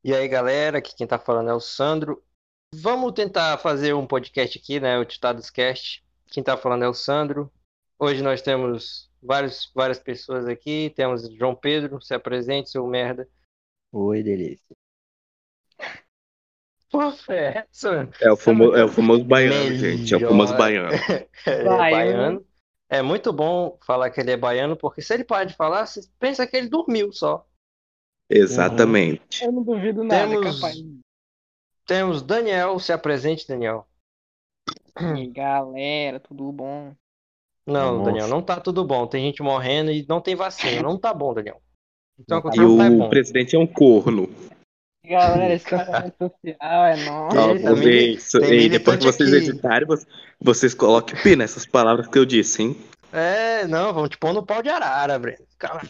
E aí, galera, aqui quem tá falando é o Sandro. Vamos tentar fazer um podcast aqui, né? O Titados Cast. Quem tá falando é o Sandro. Hoje nós temos várias pessoas aqui. Temos João Pedro, se apresente, seu merda. Oi, delícia. Pô, é essa? É o famoso baiano, gente. É o famoso Melhor. baiano. Ele é baiano. É muito bom falar que ele é baiano, porque se ele parar de falar, você pensa que ele dormiu só. Exatamente. Eu não duvido nada, capaz. Temos Daniel, se apresente, Daniel. E aí, galera, tudo bom? Não, Nossa. Daniel, não tá tudo bom. Tem gente morrendo e não tem vacina. Não tá bom, Daniel. Então, Não tá qualquer E não tá o bom. presidente é um corno. Galera, esse cancelamento social é nossa. Ó, Eita, ei, depois que militante vocês aqui. editarem, vocês coloquem pi nessas palavras que eu disse, hein? Não, vamos te pôr no pau de arara, Breno. Caralho.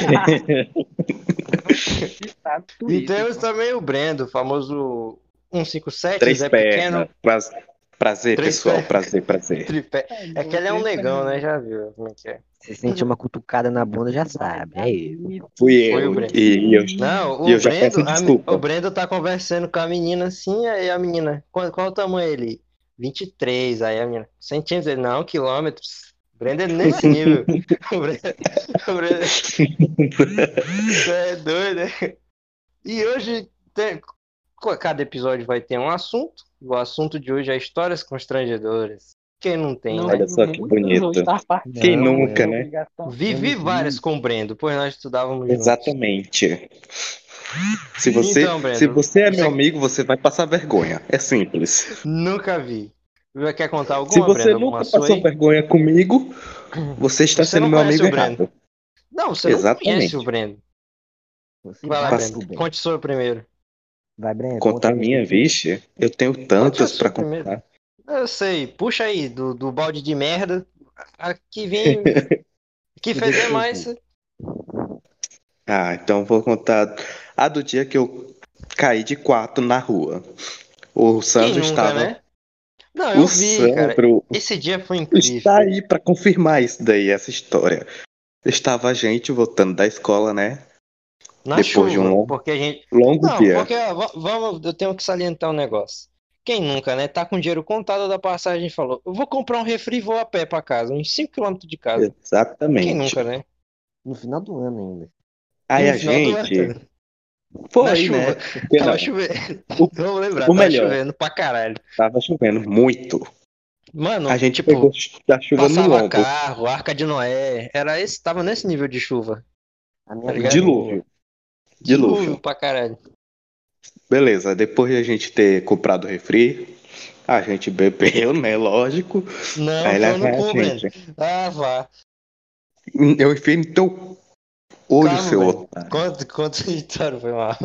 Estado E turístico. temos também o Brendo, o famoso 157, Três Zé pernas. Pequeno, Prazer, Três pessoal. pernas. Prazer. tripé. É que ele é um negão, né? Já viu como é que é. Se sentir uma cutucada na bunda, já sabe. É isso. Fui Foi o eu. Brendo. E Não, eu já peço o desculpa. Brendo tá conversando com a menina assim, aí a menina, qual o tamanho ele? 23, aí a menina, centímetros, ele, não, quilômetros. O Brendo é nesse nível. O Brendo, Você é doido, né? E hoje, cada episódio vai ter um assunto. O assunto de hoje é histórias constrangedoras. Quem não tem, Não né? Olha só que bonito. Quem nunca, né? Vivi várias com o Brendo, pois nós estudávamos juntos. Exatamente. Então, Se Brendo, você é meu amigo, você vai passar vergonha. É simples. nunca vi. Quer contar Se alguma, você Brendo? Alguma nunca sua passou aí? vergonha comigo, você está Você sendo não meu conhece amigo o Brendo. errado. Não, você não conhece o Exatamente. Brendo. Você Vai lá, vai, Brendo. Breno. Conte sua primeiro. Vai, Breno, conta Contar aí. minha, vixe, eu tenho Conte a tantas sua pra primeiro. contar. Eu sei. Puxa aí, do balde de merda. Aqui vem. Que feder mais. Ah, então vou contar a do dia que eu caí de quatro na rua. O Quem Sandro nunca, estava. né? Não, O eu vi, cara. Sandro Esse dia foi está incrível. aí pra confirmar isso daí, essa história. Estava a gente voltando da escola, né? Na Depois de um chuva, porque a gente. longo Não, dia. porque ó, vamos, eu tenho que salientar um negócio. Quem nunca, né? Tá com dinheiro contado da passagem e falou: eu vou comprar um refri e vou a pé pra casa, uns 5 km de casa. Quem Exatamente. nunca, né? No final do ano ainda. Aí No a final do ano. gente Na foi, né? chuva. Por que Tava não? chovendo. O, Vamos lembrar, o tava melhor, chovendo pra caralho. tava chovendo muito. A Mano, gente pegou tipo, a chuva no passava lombo. carro, Arca de Noé. Tava nesse nível de chuva, A tá minha ligado? família. Dilúvio Dilúvio. pra caralho. Beleza, depois de a gente ter comprado o refri, a gente bebeu, né? Lógico. Não, Aí foi leva no a cu, Breno. gente. Ah, vá. Eu enfiei no teu olho, Calma, seu Breno. otário. Conta a história, foi mal.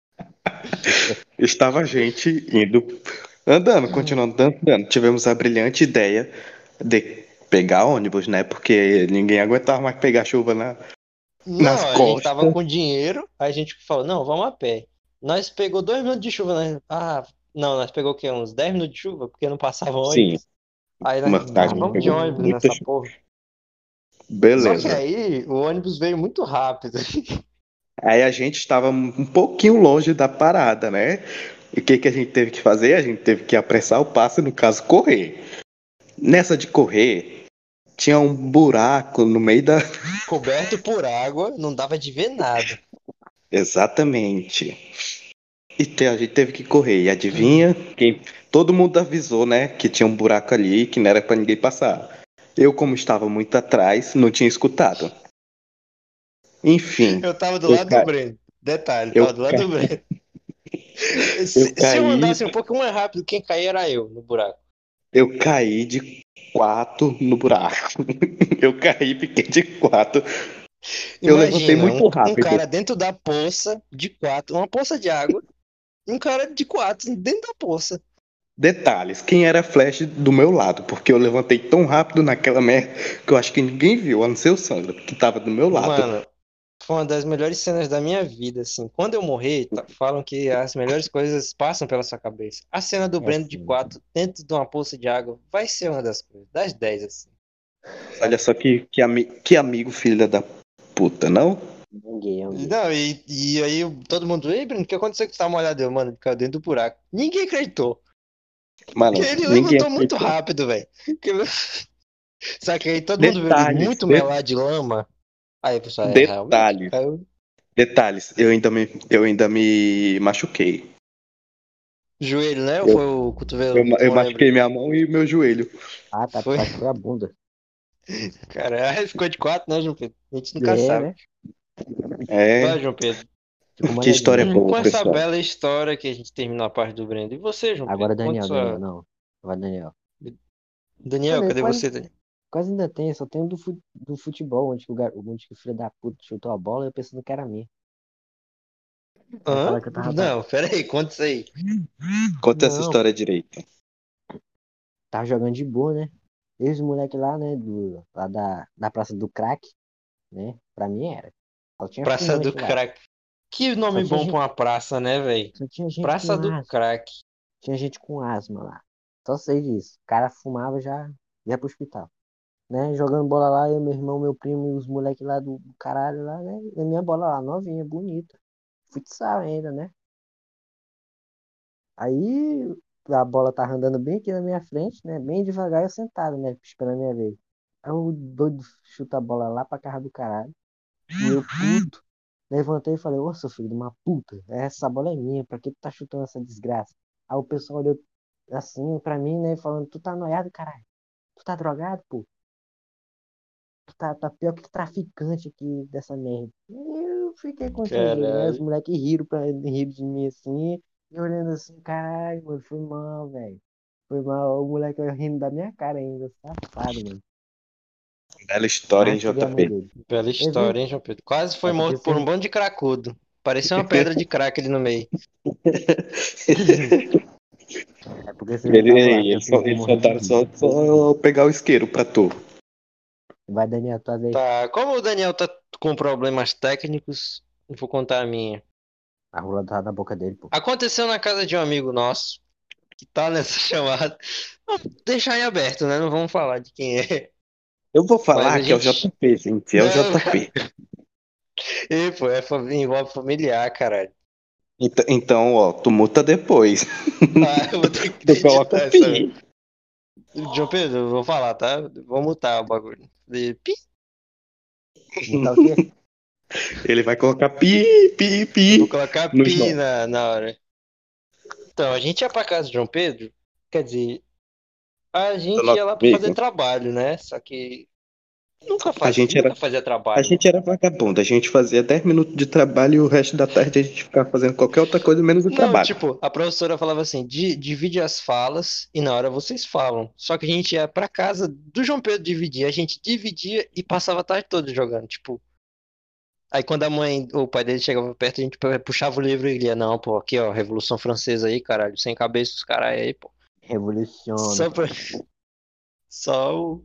Estava a gente indo, andando, continuando andando. Tivemos a brilhante ideia de pegar ônibus, né? Porque ninguém aguentava mais pegar chuva nas Não, a gente tava costas. com dinheiro, aí a gente falou, não, vamos a pé. Nós pegou 2 minutos de chuva, né? Ah, não, nós pegou o quê? Uns 10 minutos de chuva, porque não passava Sim, ônibus. Aí nós, a gente vamos de pegou ônibus muita nessa chuva. porra. Só que Beleza. aí o ônibus veio muito rápido. Aí a gente estava um pouquinho longe da parada, né? E o que a gente teve que fazer? A gente teve que apressar o passo, no caso, correr. Nessa de correr, tinha um buraco no meio da. Coberto por água, não dava de ver nada. Exatamente. A gente teve que correr. E adivinha? Todo mundo avisou, né? Que tinha um buraco ali que não era pra ninguém passar. Eu, como estava muito atrás, não tinha escutado. Enfim, Eu tava do eu, lado do ca... Breno. Detalhe, eu, tava do lado ca... do Breno. eu Se eu caí. andasse um pouco mais rápido, quem caía era eu no buraco. Eu caí de quatro no buraco. Eu caí e fiquei de quatro. Eu levantei Imagina, muito um rápido. cara dentro da poça de quatro, uma poça de água, e um cara de quatro dentro da poça. Detalhes, quem era Flash do meu lado? Porque eu levantei tão rápido naquela merda que eu acho que ninguém viu, a não ser o Sandro, que tava do meu lado. Mano, foi uma das melhores cenas da minha vida, assim. Quando eu morrer, falam que as melhores coisas passam pela sua cabeça. A cena do É Breno de assim. quatro dentro de uma poça de água vai ser uma das coisas, das 10, assim. Olha só que amigo filha da puta, não? Ninguém, alguém. Não, e aí todo mundo, ei, Bruno, o que aconteceu que você tá molhado? Eu, mano, caiu dentro do buraco. Ninguém acreditou. Mano, Porque ele ninguém levantou muito aceitou. rápido, velho. Só que aí todo mundo viu ele Detalhes, muito melado de lama. Aí o pessoal, realmente, detalhes, caiu. detalhes. Eu ainda me machuquei. Joelho, né? Ou Eu, foi o cotovelo? eu Não lembro. machuquei minha mão e meu joelho. Ah, tá, Foi. pensava que foi a bunda. Cara, aí ficou de quatro, né, João Pedro? A gente nunca É, sabe. né? Vai, É, João Pedro. Ficou que história molhadinho. boa, Com essa pessoal. bela história que a gente terminou a parte do Brendo. E você, João Pedro? Agora Conta Daniel, sua. não. Agora Daniel. Daniel, Mano, eu cadê quase, você, Daniel? quase ainda tenho, só tenho do futebol, onde que o filho da puta chutou a bola e eu pensando que era minha. Aí Hã? falar que eu tava. Não, pera aí, conta isso aí. Conta essa Não, história direito. tava jogando de boa, né? E os moleques lá, né? Lá da Praça do Crack, né? Pra mim era. Só tinha Praça do fumante lá. Crack. Que Só nome tinha bom pra gente, uma praça, né, velho? só tinha gente Praça com do asma. Crack. Tinha gente com asma lá. Só sei disso. O cara fumava já ia pro hospital. Né? Jogando bola lá, eu, meu irmão, meu primo e os moleques lá do caralho lá, né? E a minha bola lá, novinha, bonita. Futsal ainda, né? Aí a bola tava andando bem aqui na minha frente, né? Bem devagar, eu sentado, né? Esperando a minha vez. Aí o doido chuta a bola lá pra casa do caralho. E eu, puto, levantei e falei, ô, seu filho de uma puta, essa bola é minha, pra que tu tá chutando essa desgraça? Aí o pessoal olhou assim pra mim, né? Falando, tu tá noiado, caralho? Tu tá drogado, pô? Tu tá pior que traficante aqui dessa merda. E eu fiquei constrangido, né? Os Caralho. moleques riram de mim assim, e olhando assim, caralho, mano, foi mal, velho. Foi mal, o moleque rindo da minha cara ainda, safado, mano. Bela história, hein, Quase peguei a mãe JP? dele. Bela Eu vi, história, hein, João Pedro? Quase foi é porque morto por um você. bando de cracudo. Parecia uma pedra de crack ali no meio. É porque vocês não estavam lá, senão vocês iam Eles morrer de soltaram rir. só pegar o isqueiro pra tu. Vai, Daniel, tua vez. Tá, como o Daniel tá com problemas técnicos, eu vou contar a minha. A rola tá na boca dele, pô. Aconteceu na casa de um amigo nosso, que tá nessa chamada. Vamos deixar em aberto, né? Não vamos falar de quem é. Eu vou Mas falar a que é o gente. JP, gente. É o Não, JP. pô, envolve familiar, caralho. Então, ó, tu muta depois. Ah, eu vou ter que Tu coloca editar o essa. pi. João Pedro, eu vou falar, tá? Vou mutar o bagulho. Pi. Botar o quê? Ele vai colocar pi, pi, Eu vou pi colocar no pi João. na hora. Então, a gente ia pra casa de João Pedro, quer dizer, a Do gente ia nosso lá pra fazer amigo. trabalho, né? Só que A gente era, nunca fazia a trabalho, mano. gente era vagabundo. A gente fazia 10 minutos de trabalho e o resto da tarde a gente ficava fazendo qualquer outra coisa menos o Não, trabalho. tipo, a professora falava assim, divide as falas e na hora vocês falam. Só que a gente ia pra casa do João Pedro dividir, a gente dividia e passava a tarde toda jogando, tipo. Aí quando a mãe ou o pai dele chegava perto, a gente puxava o livro e lia, não, pô, aqui ó, Revolução Francesa aí, caralho, sem cabeça os caralho aí, pô. Revoluciona. Só pra, só o...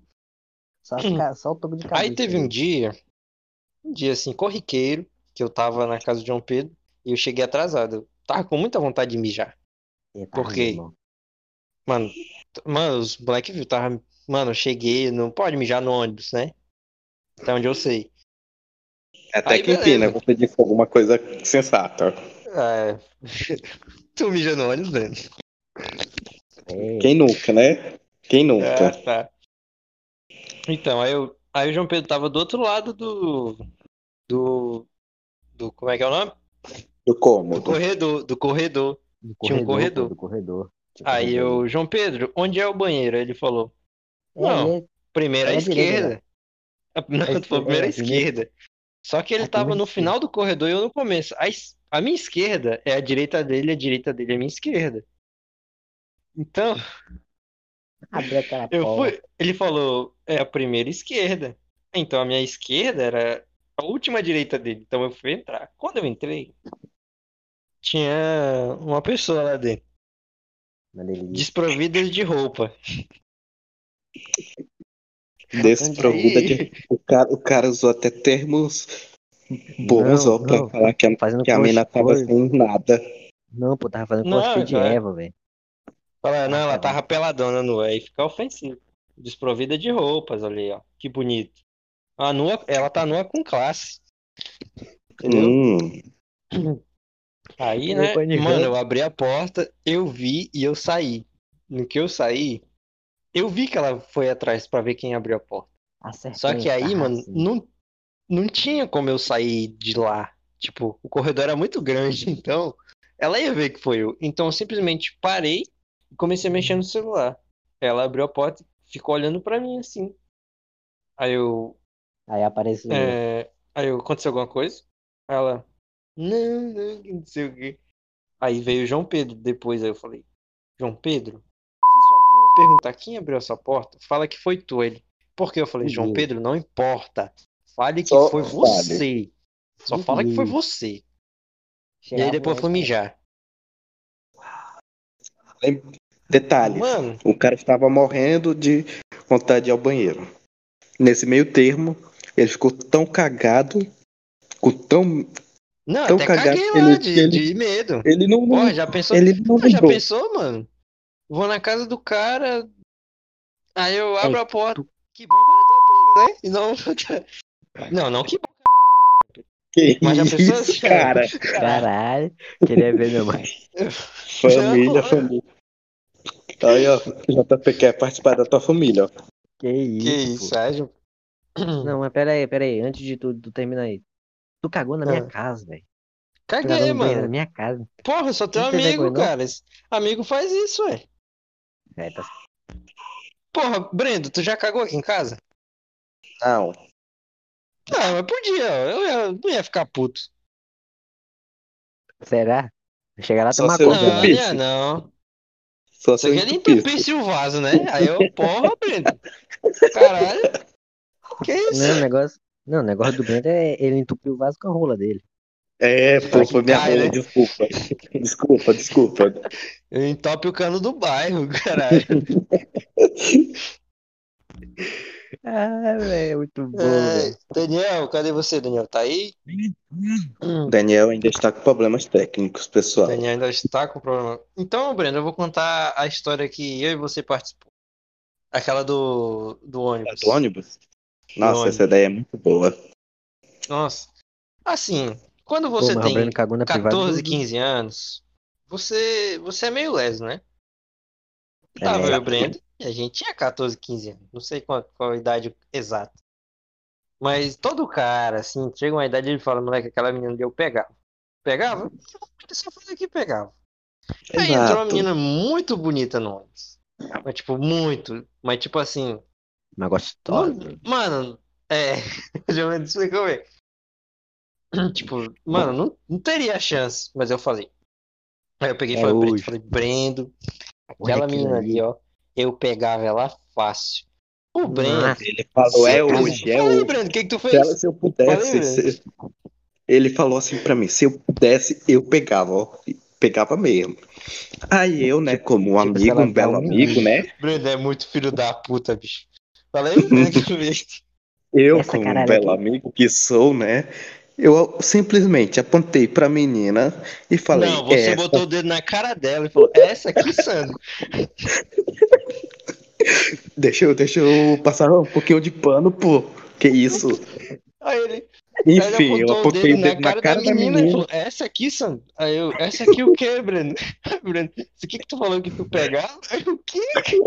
Só o toco de Aí cabeça teve aí. um dia assim, corriqueiro, que eu tava na casa de João Pedro e eu cheguei atrasado. Eu tava com muita vontade de mijar. Eita, Por meu quê? irmão. Mano, os moleque viu, tava. Mano, eu cheguei, não pode mijar no ônibus, né? Até onde eu sei. Até Aí, que enfim, né? beleza. Você disse alguma coisa sensata. É, tu mija no ônibus, Breno? É, Quem nunca, né? Quem nunca? Ah, tá. Então, aí o João Pedro tava do outro lado do, como é que é o nome? Do Do cômodo. corredor, do corredor. do Tinha um corredor, pô, corredor. do corredor. Tinha Aí corredor ali. eu, João Pedro, onde é o banheiro? Aí ele falou, É, ali não, é, primeiro à é a direita já. esquerda. Não, tu falou primeiro à É, primeiro. esquerda. Só que ele É tava primeiro no esquerda. final do corredor e eu no começo. A minha esquerda é a direita dele é a minha esquerda. Então, Abre aquela eu porta. fui. Ele falou, é a primeira esquerda. Então a minha esquerda era a última direita dele. Então eu fui entrar. Quando eu entrei, tinha uma pessoa lá dentro, Mas ele disse. desprovida de roupa. Trocando de roupa. Desprovida de. Aí, O cara usou até termos bons, Não, ó, pra não. falar Fazendo que a mina tava sem nada. Não, pô, tava fazendo não, cosplay de Eva, velho. não, Tava ela pelado. tava peladona no aí fica ofensivo. Desprovida de roupas ali, ó. Que bonito. A nua, ela tá nua com classe. Entendeu? Hum, Aí, Meu né? pai de Mano, eu velho. abri a porta, eu vi e eu saí. No que eu saí, eu vi que ela foi atrás pra ver quem abriu a porta. Acertou Só em que aí, escarra mano, assim. não tinha como eu sair de lá. Tipo, o corredor era muito grande, então ela ia ver que foi eu. Então eu simplesmente parei e comecei a mexer no celular. Ela abriu a porta e ficou olhando pra mim assim. Aí eu, Aí apareceu eu. aconteceu alguma coisa? Ela, não, não, que não sei o quê. Aí veio o João Pedro depois, aí eu falei, João Pedro, se sua prima perguntar quem abriu essa porta, fala que foi tu. Ele, por quê? Eu falei, Fui João eu. Pedro, não importa. Fale que só foi fale. você. Só Fui fala que foi eu. você. E aí Chegavam depois lá eu e fui falavam. mijar. Detalhes. Mano, O cara estava morrendo de vontade de ir ao banheiro. Nesse meio termo, ele ficou tão cagado, ficou não, tão até cagado caguei que lá ele, que ele, de medo. ele não, Porra, já pensou? ele não Pô, já lembrou. pensou, mano? Vou na casa do cara, aí eu Ei, abro a porta. tu Que bom que era tua prima, né? E não, não que bom. Que Mas já pensou isso, assim? cara? caralho. Queria ver minha mãe. Família, Não, família. Aí, ó, JP quer participar da tua família, ó. Que que isso, pô. isso, Sérgio? Não, mas pera aí. Antes de tudo, tu termina aí. Tu cagou na minha Ah, casa, velho. Tu cagou caguei, no banheiro na mano. minha casa. Porra, eu sou Tu teu não tem vergonha, amigo, não? cara. Amigo faz isso, ué. É, tá... Porra, Brendo, tu já cagou aqui em casa? Não, Ah, mas podia, ó. Não ia ficar puto. Será? Chega lá e só tomar se eu conta Não, não lá. ia entupisse. não. Só se Você eu quer ele entupisse. entupisse o vaso, né? Aí eu, porra, Brendo. Caralho, que Não, o isso? negócio. Não, o negócio do Brento é ele entupir o vaso com a rola dele. É, Pra pô, que foi minha cai, rola, né? desculpa. Desculpa, desculpa. Eu entope o cano do bairro, caralho. Ah, velho, muito bom, Ai, velho. Daniel, cadê você, Daniel? Tá aí? Daniel ainda está com problemas técnicos, pessoal. Daniel ainda está com problema. Então, Breno, eu vou contar a história que eu e você participou. Aquela do É do ônibus. ônibus? Do Nossa, essa ônibus. ideia é muito boa. Nossa. Assim, quando Pô, você mas o Breno tem cagou na privada 14, 15 anos, você é meio leso, né? Tava eu e É, o Brendo, e a gente tinha 14, 15 anos. Não sei qual a idade exata. Mas todo cara, assim, chega uma idade e ele fala, moleque, aquela menina deu pegava. Pegava? Eu só falei que pegava. Aí entrou uma Exato. menina muito bonita no ônibus. Mas, tipo, muito. Mas, tipo assim, mas não. gostosa. Mano, é. Já me explicou bem. Tipo, mano, não teria chance. Mas eu falei. Aí eu peguei e É falei, hoje. Brendo, Olha aquela aquilo menina ali, ali. ó. Eu pegava ela fácil. O Brendo. Nossa, Ele falou, Se... é cada. hoje, é Falei, hoje. Brendo, o que que tu Se, ela, fez? se eu Falei, pudesse, Brendo. ele falou assim pra mim, se eu pudesse, eu pegava, ó. Pegava mesmo. Aí eu, né, Tipo, como um tipo, se amigo, ela um dá belo um amigo, minuto. né? Brendo é muito filho da puta, bicho. Falei, Brendo, que tu fez. Eu, Essa como um caralho belo aqui. amigo que sou, né? Eu simplesmente apontei pra menina e Não, falei, você botou o dedo na cara dela e falou, essa aqui, Sandro. deixa eu passar um pouquinho de pano, pô. Que isso? Aí ele Enfim, eu apontou o apontei dedo o na dedo na cara da cara da menina e menina. falou, essa aqui, Sandro. Aí eu, essa aqui o quê, Breno? Breno, isso aqui que tu falou que tu pegava? Aí eu, o quê?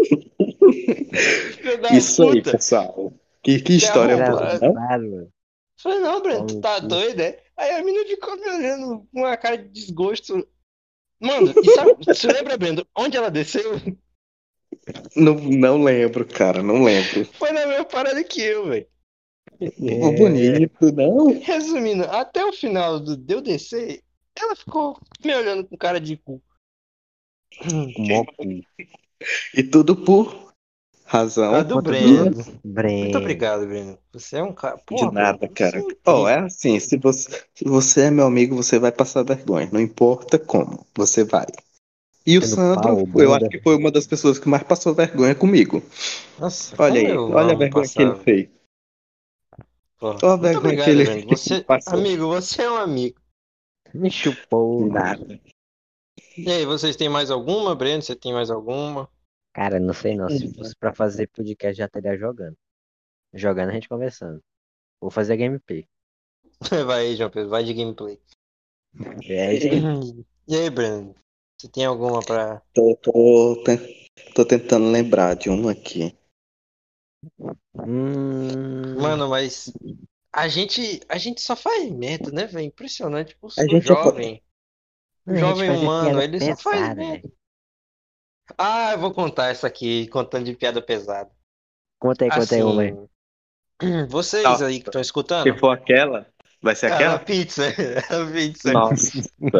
Filho da Isso aí, puta. pessoal. Que Que história boa, arrombado. não? Desgraçado, mano. Falei, não, Breno, Pau tu no tá cu. doido, é? Aí a menina ficou me olhando com uma cara de desgosto. Mano, e sabe, você lembra, Breno, onde ela desceu? Não, não lembro, cara, não lembro. Foi na mesma parada que eu, velho. Pô, bonito, não? Resumindo, até o final de eu descer, ela ficou me olhando com cara de cu. Com mó cu. E tudo por A razão do Quanto minha. do Breno. Muito Breno. obrado, Breno. Você é um cara. De Porra, Breno, nada, você é cara. Ó, é incrível. assim, se você é meu amigo, você vai passar vergonha. Não importa como, você vai. E o Tendo Sandro, pau, eu acho bunda. que foi uma das pessoas que mais passou vergonha comigo. Nossa, Olha como aí, eu olha a amo vergonha que ele passar. fez. Porra. Olha a Muito vergonha que obrigado, ele Breno. Você, passou. amigo, você é um amigo. Me chupou. Nada. E aí, vocês têm mais alguma, Breno? Você tem mais alguma? Cara, não sei não. Se fosse pra fazer podcast, já estaria jogando. Jogando a gente conversando. Vou fazer gameplay. Vai aí, João Pedro, vai de gameplay. É, gente. E aí, Breno? Você tem alguma pra. Tô tentando lembrar de um aqui. Hum, Mano, mas a gente só faz merda, né, velho? Impressionante. A O gente é. jovem. O não, a gente jovem fazia humano, piada ele só faz pesada, merda. velho. Ah, eu vou contar essa aqui, contando de piada pesada. Conta aí uma aí. Assim, vocês Não, aí que estão se escutando, for aquela, vai ser a aquela? pizza, a pizza. Nossa.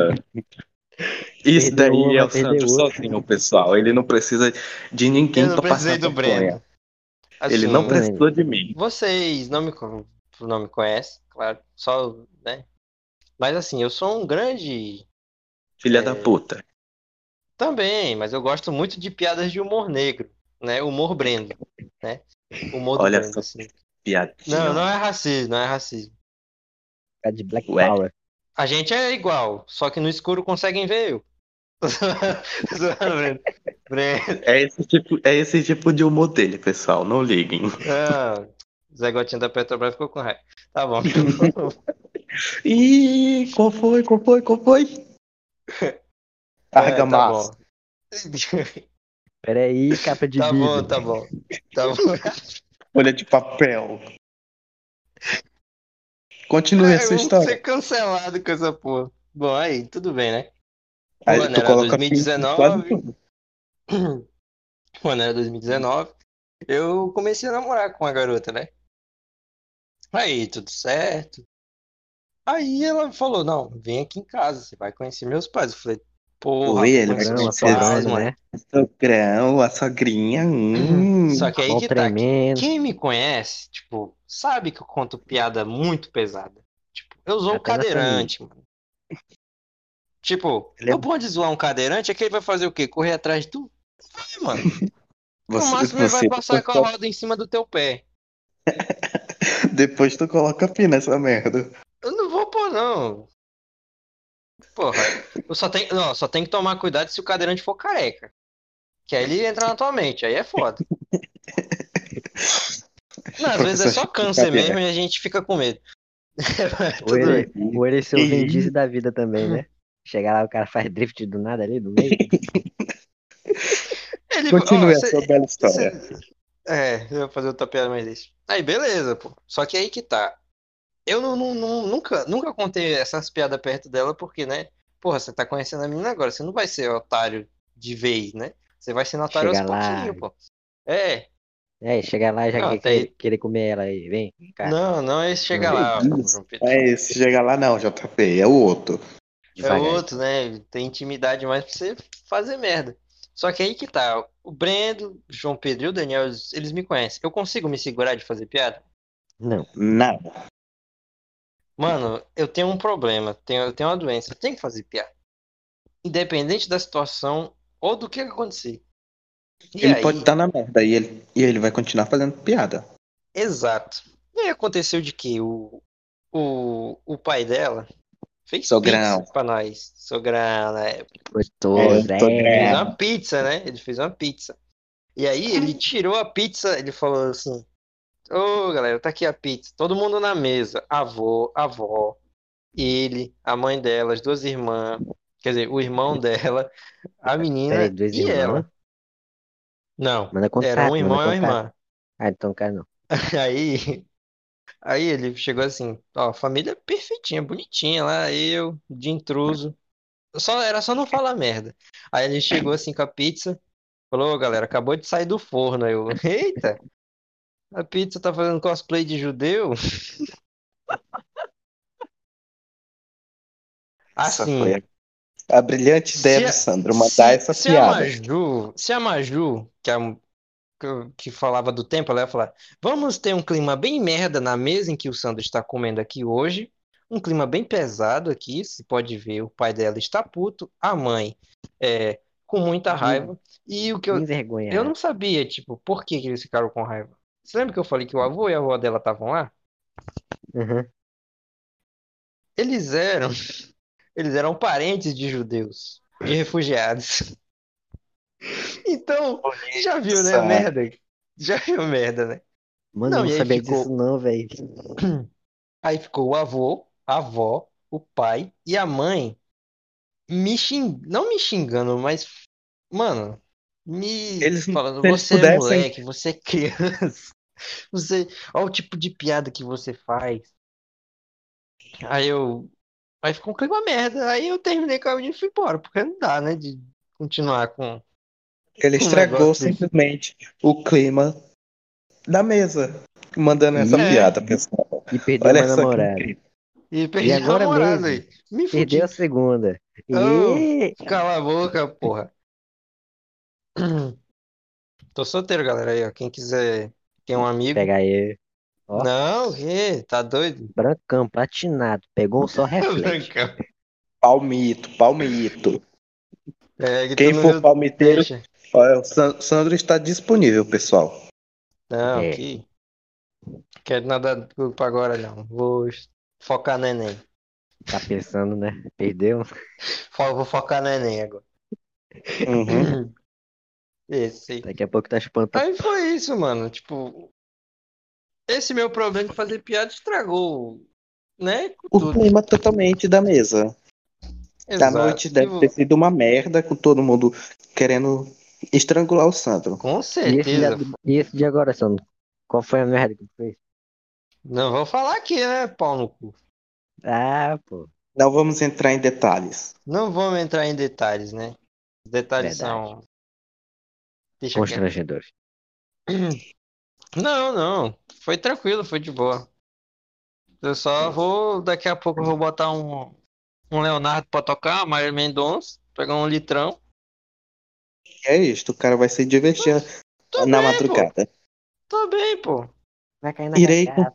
Isso Perdeu uma, daí é vai o perder Sandro outra. sozinho, pessoal. Ele não precisa de Eu ninguém não pra precisei passar do vergonha. Breno. Ele não Assim, Mano, precisou de mim. vocês não me conhecem, claro, só, né? Mas assim, eu sou um grande Filha da é, puta. também, mas eu gosto muito de piadas de humor negro, né? Humor Brendo, né? Humor do Olha Brendo, só assim. piadinha, Não, não ó. é racismo, não é racismo. cara de Black Ué, Power. A gente é igual, só que no escuro conseguem ver eu. Tô zoando, Breno. Breno. é esse tipo de humor dele, pessoal. Não liguem. Ah, Zé Gotinha da Petrobras ficou com raiva. Tá bom. Ih, qual foi? Qual foi? Qual foi? É, tá Argamassa. bom. Pera aí, capa de Tá bom, vidro. tá bom. Tá bom. Folha de papel. Continue a É, sua eu vou ser história. cancelado com essa porra. Bom, aí, tudo bem, né? O Aí ano tu era coloca fim em quase 2019. tudo. O ano era 2019. Eu comecei a namorar com uma garota, né? Aí, tudo certo. Aí ela falou: Não, vem aqui em casa, você vai conhecer meus pais. Eu falei: Porra, Oi, vou ele vai conhecer Sogrão, os a pais, sogrona, mano. né? sogrão, a sogrinha. Só que aí Mão que tá. tremendo. Quem me conhece, tipo, sabe que eu conto piada muito pesada. Tipo, eu sou o Até na família. cadeirante, mano. Tipo, Ele o é- bom de zoar um cadeirante é que ele vai fazer o quê? Correr atrás de tu? Vai, mano. No Você, máximo ele vai você passar depois, com a roda em cima do teu pé. depois tu coloca fim nessa merda. Eu não vou pôr, não. Porra. Eu só tenho, não, só tem que tomar cuidado se o cadeirante for careca. Que aí ele entra na tua mente, aí é foda. Não, às vezes é Professor só Chico câncer mesmo Xavier. e a gente fica com medo. Ou Tudo bem. ele, ou ele ser o Vin E Diesel da vida também, né? Chegar lá, o cara faz drift do nada ali no meio. Ele, ó, continue a sua bela história. eu vou fazer outra piada mais isso. Aí, beleza, pô. Só que aí que tá. Eu nunca contei essas piadas perto dela, porque, né? Porra, você tá conhecendo a menina agora, você não vai ser otário de vez, né? Você vai ser otário aos Chegar lá, pouquinhos, pô. É, chegar lá e já não, até aí. querer comer ela aí. Vem, cá. Não, não é esse chegar Não, Que lá, isso? João Pedro. É esse, chega lá não, JP, é o outro. É devagar. outro, né? Tem intimidade mais pra você fazer merda. Só que aí que tá. O Brendo, o João Pedro e o Daniel, eles me conhecem. Eu consigo me segurar de fazer piada? Não. Não. Mano, eu tenho um problema. Eu tenho uma doença. Eu tenho que fazer piada. Independente da situação ou do que acontecer. E Ele pode aí, estar na merda e ele vai continuar fazendo piada. exato. E aí aconteceu de que o pai dela fez pizza Sogrão. pra nós. Sogrão, né? É, Gostoso, Ele fez é. uma pizza, né? Ele fez uma pizza. E aí ele tirou a pizza, ele falou assim: Ô galera, tá aqui a pizza. Todo mundo na mesa. Avô, avó, ele, a mãe dela, as duas irmãs. Quer dizer, o irmão dela, a Pera aí, menina dois e irmãos? ela. Não, Manda era um contato, manda irmão e uma contato. irmã. Ah, então, cara, não. Aí, aí ele chegou assim, ó, família perfeitinha, bonitinha lá, eu, de intruso. Era só não falar merda. Aí ele chegou assim com a pizza, falou, "Ô, galera, acabou de sair do forno." Aí eu, eita, a pizza tá fazendo cosplay de judeu? Essa foi Assim, a brilhante ideia se do a, Sandro, mandar essa piada. Se a Maju, que falava do tempo, ela ia falar: Vamos ter um clima bem merda na mesa em que o Sandro está comendo aqui hoje. Um clima bem pesado aqui. Se pode ver, o pai dela está puto, a mãe com muita En- raiva. E o que eu Envergonhado. não sabia, tipo, por que que eles ficaram com raiva. Você lembra que eu falei que o avô e a avó dela estavam lá? Uhum. Eles eram, eles eram parentes de judeus, de refugiados. Então, já viu, né, a Essa- merda? Já viu a merda, né? Mano, eu Não, não e aí sabia disso ficou. não, velho. Aí ficou o avô, a avó, o pai e a mãe não me xingando, mas, mano, me Eles, se falando, eles você é pudessem, moleque, você é criança, você, olha o tipo de piada que você faz. Aí eu, aí ficou um clima merda. Aí eu terminei com a menina e fui embora, porque não dá, né, de continuar ele com um estragou negócio desse. simplesmente o clima da mesa, mandando essa E, É, piada, pessoal. e perdeu Olha uma só que namorada. incrível. e E perdi a agora namorada mesmo, aí. Me perdeu a fudi. segunda. Ô, E cala a boca, porra. Tô solteiro, galera aí, ó. Quem quiser ter um amigo. pega aí, ó, Não, tá doido? brancão, platinado, pegou um só reflete. Brancão. Palmito, palmito. É, que tu Quem não for viu, palmiteiro, deixa. olha, o Sandro está disponível, pessoal. Não, É, que quero nada do grupo agora, não. Vou focar no Enem. tá pensando, né? Perdeu. Vou focar no Enem agora. Uhum. Esse aí. Daqui a pouco tá chupando. Aí foi isso, mano. Tipo, esse meu problema de fazer piada estragou, né? Com O tudo. clima totalmente da mesa. A noite Exato. deve ter sido uma merda, com todo mundo querendo estrangular o Sandro. Com E esse dia, certeza. e esse dia agora, Sandro? Qual foi a merda que tu fez? Não vou falar aqui, né, pau no cu. Ah, pô, Não vamos entrar em detalhes. Não vamos entrar em detalhes, né? Os detalhes verdade. são. Deixa quieto. Constrangedor. Não, não. Foi tranquilo, foi de boa. Eu só vou. Daqui a pouco eu vou botar um Leonardo pra tocar, Mário Mendonça, pegar um litrão. É isto, o cara vai se divertir Tô na bem, pô. madrugada. Tô bem, pô. Vai cair na Irei, cachaça.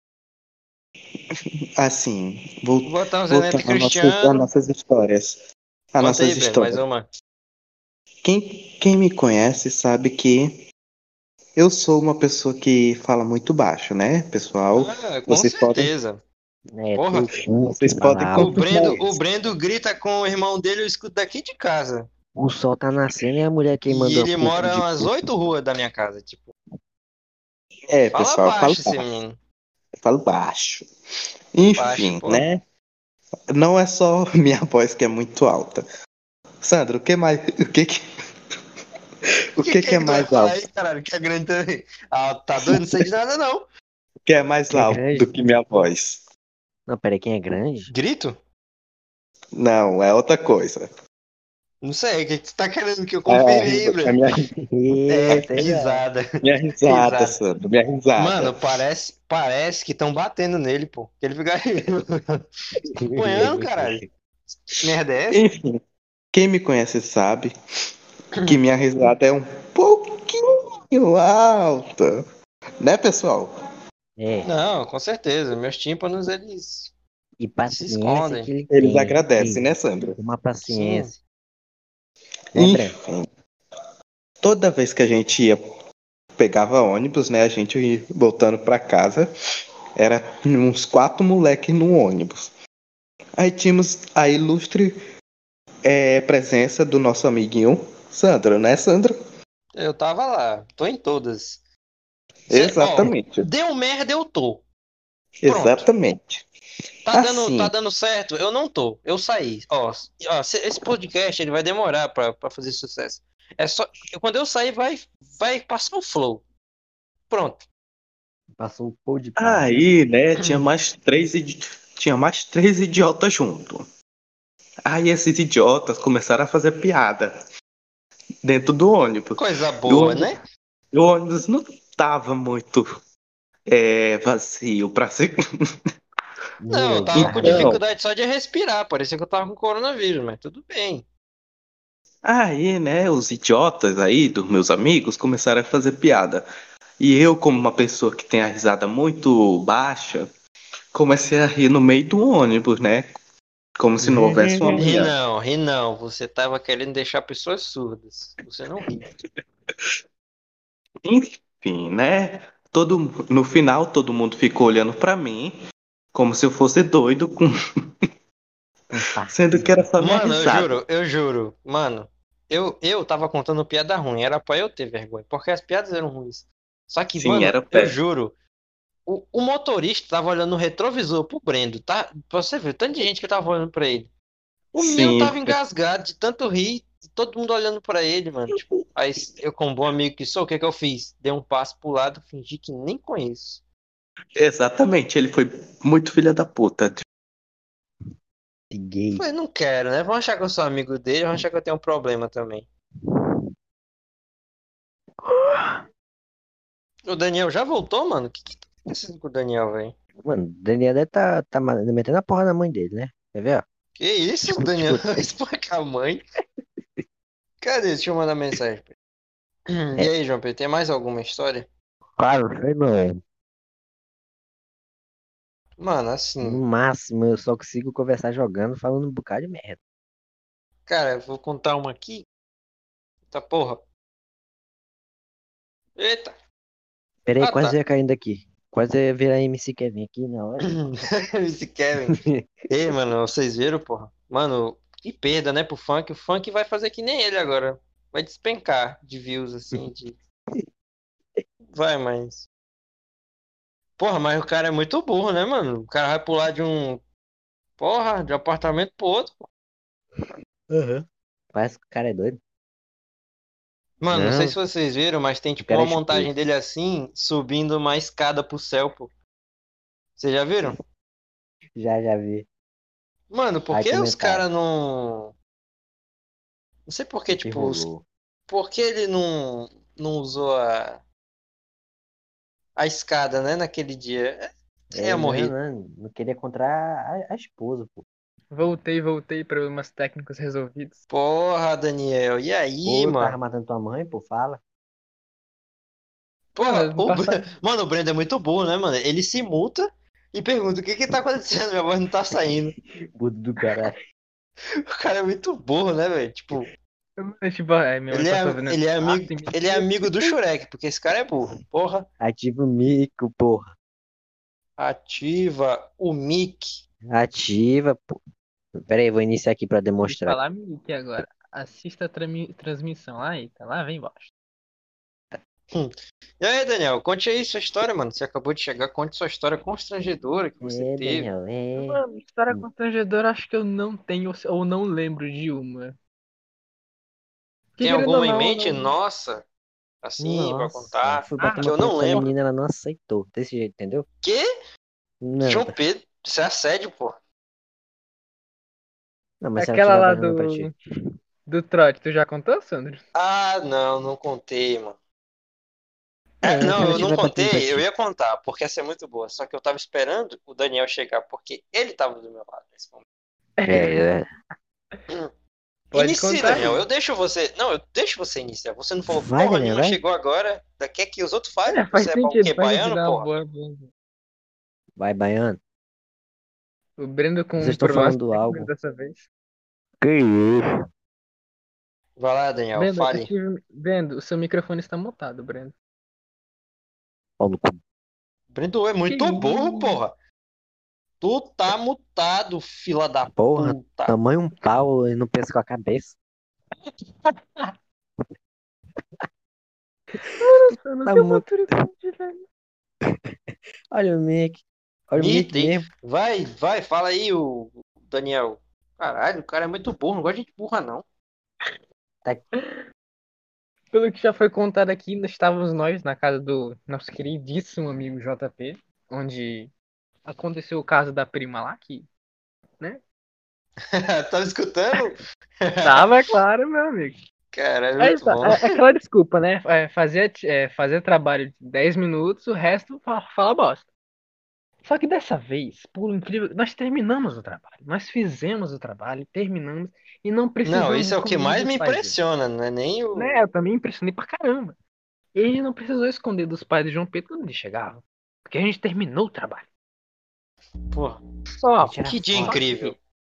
assim, Vou botar um Zé Neto e voltando às Cristiano. nossas histórias. Às Conta aí, nossas Breno, mais histórias. uma. Quem me conhece sabe que eu sou uma pessoa que fala muito baixo, né, pessoal? Ah, com Vocês podem, certeza. É, Porra, vocês fala podem alto. confirmar O isso. Brendo grita com o irmão dele, eu escuto daqui de casa. O sol tá nascendo e a mulher E queimando o ele coco mora de umas coco. 8 ruas da minha casa. Tipo, É, fala pessoal, baixo esse menino. eu falo baixo. Baixo, Enfim, pô. né? Não é só minha voz que é muito alta. Sandro, o que mais? O O que que que é tu vai mais falar alto? aí, caralho? Que é grande também. Ah, tá doido? Não sei de nada, não. O que é mais Que é alto do grande? que minha voz? Não, peraí, quem é grande? Grito? Não, é outra coisa. Não sei. O que que tu tá querendo que eu É confirme aí, a Breno? minha, É, Sei não. risada. minha risada, Risada. Sandro, minha risada. Mano, parece que estão batendo nele, pô. Que ele fica apanhando, caralho. Que merda é essa? Enfim, quem me conhece sabe que minha risada é um pouquinho alta. Né, pessoal? É, Não, com certeza. Meus tímpanos, e se paciência que escondem. ele Eles tem. agradecem, Ei, né, Sandro? uma Sim. paciência. Né, Breno? Enfim, toda vez que a gente ia, pegava ônibus, né, a gente ia voltando pra casa, era uns 4 moleques no ônibus. Aí tínhamos a ilustre presença do nosso amiguinho Sandro, né, Sandro? Eu tava lá. Tô em todas. Ó, Exatamente. deu merda, eu tô. Pronto. Exatamente. Tá Assim, dando certo? Eu não tô. Eu saí. Esse podcast ele vai demorar pra fazer sucesso. É só quando eu sair vai passar o flow. Pronto. Passou um pão de pá. aí, né, tinha mais três idiotas junto. Aí esses idiotas começaram a fazer piada dentro do ônibus. Coisa E o boa, ônibus, né? o ônibus não tava muito vazio para ser. Não, eu Ninguém tava com Então, tava. dificuldade só de respirar. Parecia que eu tava com coronavírus, mas tudo bem. aí, né, os idiotas aí, dos meus amigos, começaram a fazer piada. E eu, como uma pessoa que tem a risada muito baixa, comecei a rir no meio do ônibus, né? Como se não houvesse uma manhã. Ri não. Você tava querendo deixar pessoas surdas. Você não ri. Enfim, né? No final, todo mundo ficou olhando pra mim, como se eu fosse doido, Com sendo que era fascínio. só minha Mano, risada. eu juro. Mano, eu tava contando piada ruim. Era pra eu ter vergonha. Porque as piadas eram ruins. Só que, Sim, mano, era eu péssimo. juro. O motorista tava olhando no retrovisor pro Brendo, tá? Pra você ver, o tanto de gente que tava olhando pra ele. O meu Sim, tava engasgado de tanto rir, todo mundo olhando pra ele, mano. Tipo, aí eu, como bom amigo que sou, o que que eu fiz? Dei um passo pro lado, fingi que nem conheço. exatamente. Ele foi muito filha da puta. Gay. Falei, não quero, né? Vão achar que eu sou amigo dele, vão achar que eu tenho um problema também. O Daniel já voltou, mano? O que tá acontecendo com o Daniel, velho? Mano, o Daniel deve tá metendo a porra na mãe dele, né? Quer ver, ó? Que isso, o Escuta, Daniel? escuta. Espanca a mãe. Cadê? Deixa eu mandar mensagem. E É, aí, João Pedro, tem mais alguma história? claro, sei não. Mano, No assim, máximo eu só consigo conversar jogando, falando um bocado de merda. cara, eu vou contar uma aqui. Tá porra. Eita. Pera aí, Ah, quase tá. ia caindo aqui. Quase ia virar MC Kevin aqui na hora. Esse Kevin. Ei, mano, vocês viram, porra? Mano, que perda, né, pro funk. O funk vai fazer que nem ele agora. Vai despencar de views, assim, de... Vai, mas... Porra, mas o cara é muito burro, né, mano? O cara vai pular de um... Porra, de um apartamento pro outro. Aham. Parece que o cara é doido. Mano, não sei se Não, vocês viram, mas tem, o tipo, cara uma é montagem chupeta. dele assim, subindo uma escada pro céu, pô. Vocês já viram? Já vi. Mano, por Aí que os comentaram. caras não... Não sei por que, O que tipo, rolou? por que ele não usou a escada, né, naquele dia? É É, não, morrido. não. Não queria encontrar a esposa, pô. Voltei, problemas técnicos resolvidos. Porra, Daniel, e aí, Pô, tava mano? matando tua mãe, pô, fala. Porra, Mano, passar. Mano, o Brendo é muito burro, né, mano? Ele se multa e pergunta o que que tá acontecendo, minha voz não tá saindo. Budo do caralho. O cara é muito burro, né, velho? Tipo, Tipo, minha mãe passou vendo quarto e me ele é disse. amigo do Shurek, porque esse cara é burro. Porra, Ativa o mico, porra. ativa o mic. Ativa, pô. Pera aí, vou iniciar aqui pra Vou demonstrar. falar Mickey agora. Assista a transmissão. Aí, tá lá, vem embaixo. Hum. E aí, Daniel, conte aí sua história, mano. Você acabou de chegar, conte sua história constrangedora que você É, teve. Daniel, é. Mano, história constrangedora, acho que eu não tenho ou não lembro de uma. Que Tem querendo ou alguma em não, mente? não. Assim, pra Nossa, contar? fui Ah, bater Que uma eu punheta não com a lembro. menina, ela não aceitou. Desse jeito, entendeu? Que? Não, João Pedro, isso é assédio, pô. não, mas se ela aquela estiver lá olhando pra ti. do trote, tu já contou, Sandro? Ah, não, não contei, mano. Não, se Não, ela eu não estiver batendo pra contei, eu ti. ia contar, porque essa é muito boa. Só que eu tava esperando o Daniel chegar, porque ele tava do meu lado nesse momento. É. Pode Inicie, contar Daniel, aí. eu deixo você. Não, eu deixo você iniciar. Você não falou Vai, porra Daniel, nenhuma, vai. chegou agora. Quer que os outros falem? É, Você é o quê? faz sentido, Baiano, não, porra? boa, boa. Vai, baiano. O Brendo Vocês com estão problemas falando técnicos algo. dessa vez. Que isso? Vai lá, Daniel, Brendo, fale. Brendo, o seu microfone está mutado, Brendo. Pau no cu. Brendo é Que muito burro, isso? porra. Tu tá mutado, fila da Porra, puta. tamanho um pau e não pensa com a cabeça. Eu não Tá tenho muito. maturidade, velho. Olha o Mickey. Olha o Mickey Mitei. mesmo. Vai, fala aí, o Daniel. Caralho, o cara é muito burro, não gosta de gente burra, não. Tá... Pelo que já foi contado aqui, ainda estávamos nós na casa do nosso queridíssimo amigo JP, onde aconteceu o caso da prima lá, que, né? Tava escutando? Tava, é claro, meu amigo. Cara, é Aí muito tá, bom. é aquela desculpa, né? Fazer trabalho de 10 minutos, o resto fala bosta. Só que dessa vez, por incrível, nós terminamos o trabalho. Nós fizemos o trabalho, terminamos e não Não, precisamos isso é o que esconder mais dos me pais dele. impressiona, não é nem o. Né? Eu também impressionei pra caramba. Ele não precisou esconder dos pais de João Pedro quando ele chegava. Porque a gente terminou o trabalho. Pô, Só, Vai tirar que dia só foto. incrível. que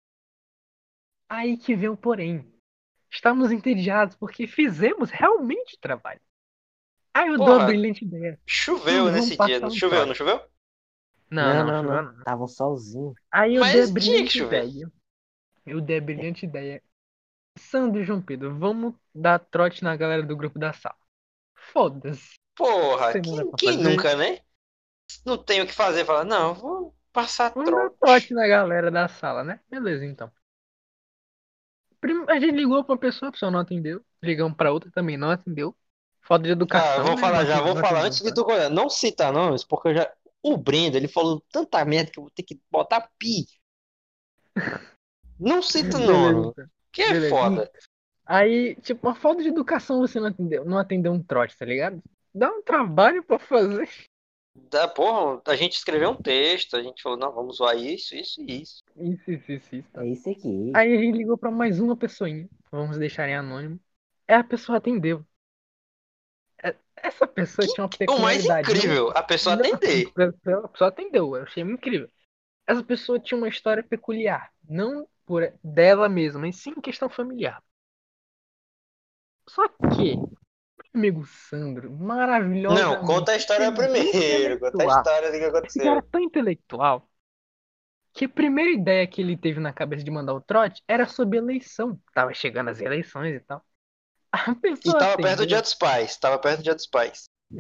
aí que vem o porém. Estamos entediados porque fizemos realmente o trabalho. Aí eu dou a Porra, brilhante ideia. choveu Vamos nesse dia. passar Não um choveu, não trote. choveu? Não, Não, não, não, choveu não. não. Tava um solzinho. Aí eu dei a Mas tinha que brilhante chover. ideia. Eu dei a brilhante ideia. Sandro e João Pedro, vamos dar trote na galera do grupo da sala. Foda-se. Porra, Sem nada pra quem fazer. nunca, né? não tem o que fazer. Fala, não, eu vou passar Vamos dar trote. trote na galera da sala, né? Beleza, então. A gente ligou pra uma pessoa, a pessoa não atendeu. Ligamos pra outra, também não atendeu. Falta de Ah, eu educação, vou né? falar já, vou Não falar atendeu, antes de tá? tu começar. Não cita nomes, porque eu já. O Brendo, ele falou tanta merda que eu vou ter que botar pi. Não cita Beleza, nome. então. Que é Beleza. foda. Aí, tipo, uma falta de educação você não atendeu um trote, tá ligado? Dá um trabalho pra fazer. Porra, a gente escreveu um texto, a gente falou, não, vamos zoar isso, isso e isso. Isso, tá. É isso aqui. Aí a gente ligou pra mais uma pessoinha. Vamos deixar em anônimo. Aí a pessoa atendeu. Essa pessoa tinha uma O mais peculiaridade. incrível, a pessoa Não, atender. a pessoa atendeu. Eu achei muito incrível. Essa pessoa tinha uma história peculiar. Não por dela mesma, mas sim questão familiar. Só que, meu amigo Sandro, Não, conta a maravilhosamente história primeiro, conta a intelectual. história do que Esse cara é aconteceu. tão intelectual que a primeira ideia que ele teve na cabeça de mandar o trote era sobre eleição. Tava chegando as eleições e tal. A E pessoa tava perto do Dia atendeu, dos Pais, tava perto do Dia dos Pais.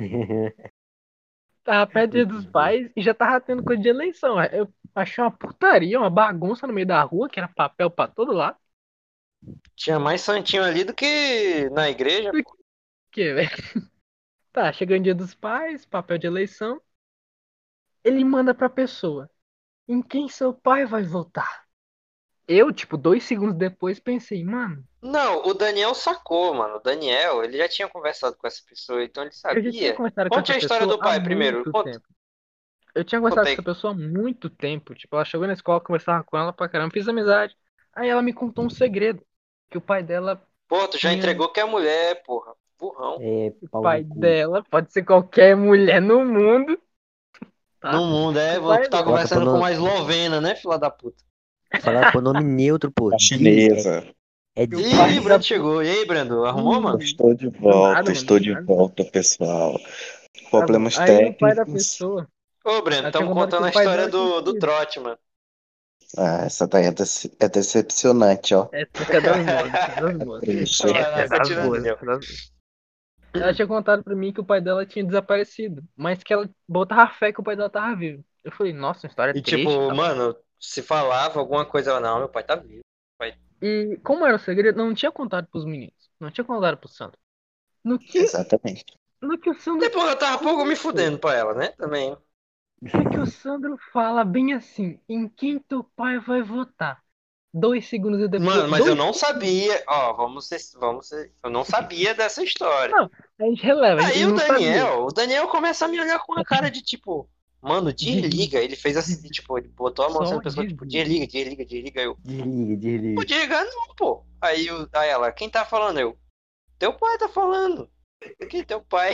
tava perto do dia dos pais e já tava tendo coisa de eleição. Eu achei uma putaria, uma bagunça no meio da rua, que era papel pra todo lado. Tinha mais santinho ali do que na igreja. Do que, velho? Tá, chegando o dia dos pais, papel de eleição. Ele manda pra pessoa: em quem seu pai vai votar? Eu, tipo, 2 segundos depois pensei, mano, Não, o Daniel sacou, mano. O Daniel, ele já tinha conversado com essa pessoa, então ele eu já tinha sabia. conversado com Conte essa a história pessoa do há pai primeiro. muito tempo. Eu tinha conversado com essa Contei. pessoa há muito tempo. Tipo, ela chegou na escola, conversava com ela pra caramba, fiz amizade. Aí ela me contou um segredo. Que o pai dela Pô, tu já tinha. entregou que é mulher, porra. Burrão. É, O pau no pai cu. dela pode ser qualquer mulher no mundo, No tá? mundo, O tu pai tá dela. Coloca pro conversando com nome, uma eslovena, né, fila da puta? fala pro nome neutro, pô. A chinesa. É O Ih, pai o da. Brando chegou. E aí, Brando, arrumou, mano? Estou de Do nada, volta, mano, estou do de nada. volta, pessoal. Tá bom. Problemas Aí o pai da técnicos. pessoa. Ô, Brando, Ela tinha estamos contado que contando o a pai história dela tinha do sido. trote, mano. Ah, essa daí é decepcionante, ó. Essa é das boas, essa é das boas. Triste. Vai Essa é lá, das continua, boas, Daniel. essa é das boas. Ela tinha contado pra mim que o pai dela tinha desaparecido, mas que ela botava fé que o pai dela tava vivo. Eu falei, nossa, uma história E triste e tipo, tal. mano, se falava alguma coisa, ela, não, meu pai tá vivo. Pai... E como era o segredo, não tinha contado pros meninos, não tinha contado pro Sandro. No que, Exatamente. no que o Sandro Depois eu tava pouco me começou, fudendo pra ela, né? Também. no que o Sandro fala bem assim, em quem teu pai vai votar? 2 segundos depois, Mano, mas eu dois não segundos. sabia. Ó, eu não sabia dessa história. Não, a gente releva, ele Aí não sabia. O Daniel começa a me olhar com uma cara de tipo, mano, Desliga, desliga. Ele fez assim, tipo, ele botou a mão assim só na pessoa, tipo, desliga. desliga, desliga, desliga. Eu, desliga, pô, desliga. desligar não, pô. Aí ela, quem tá falando? Eu, teu pai tá falando. Que teu pai?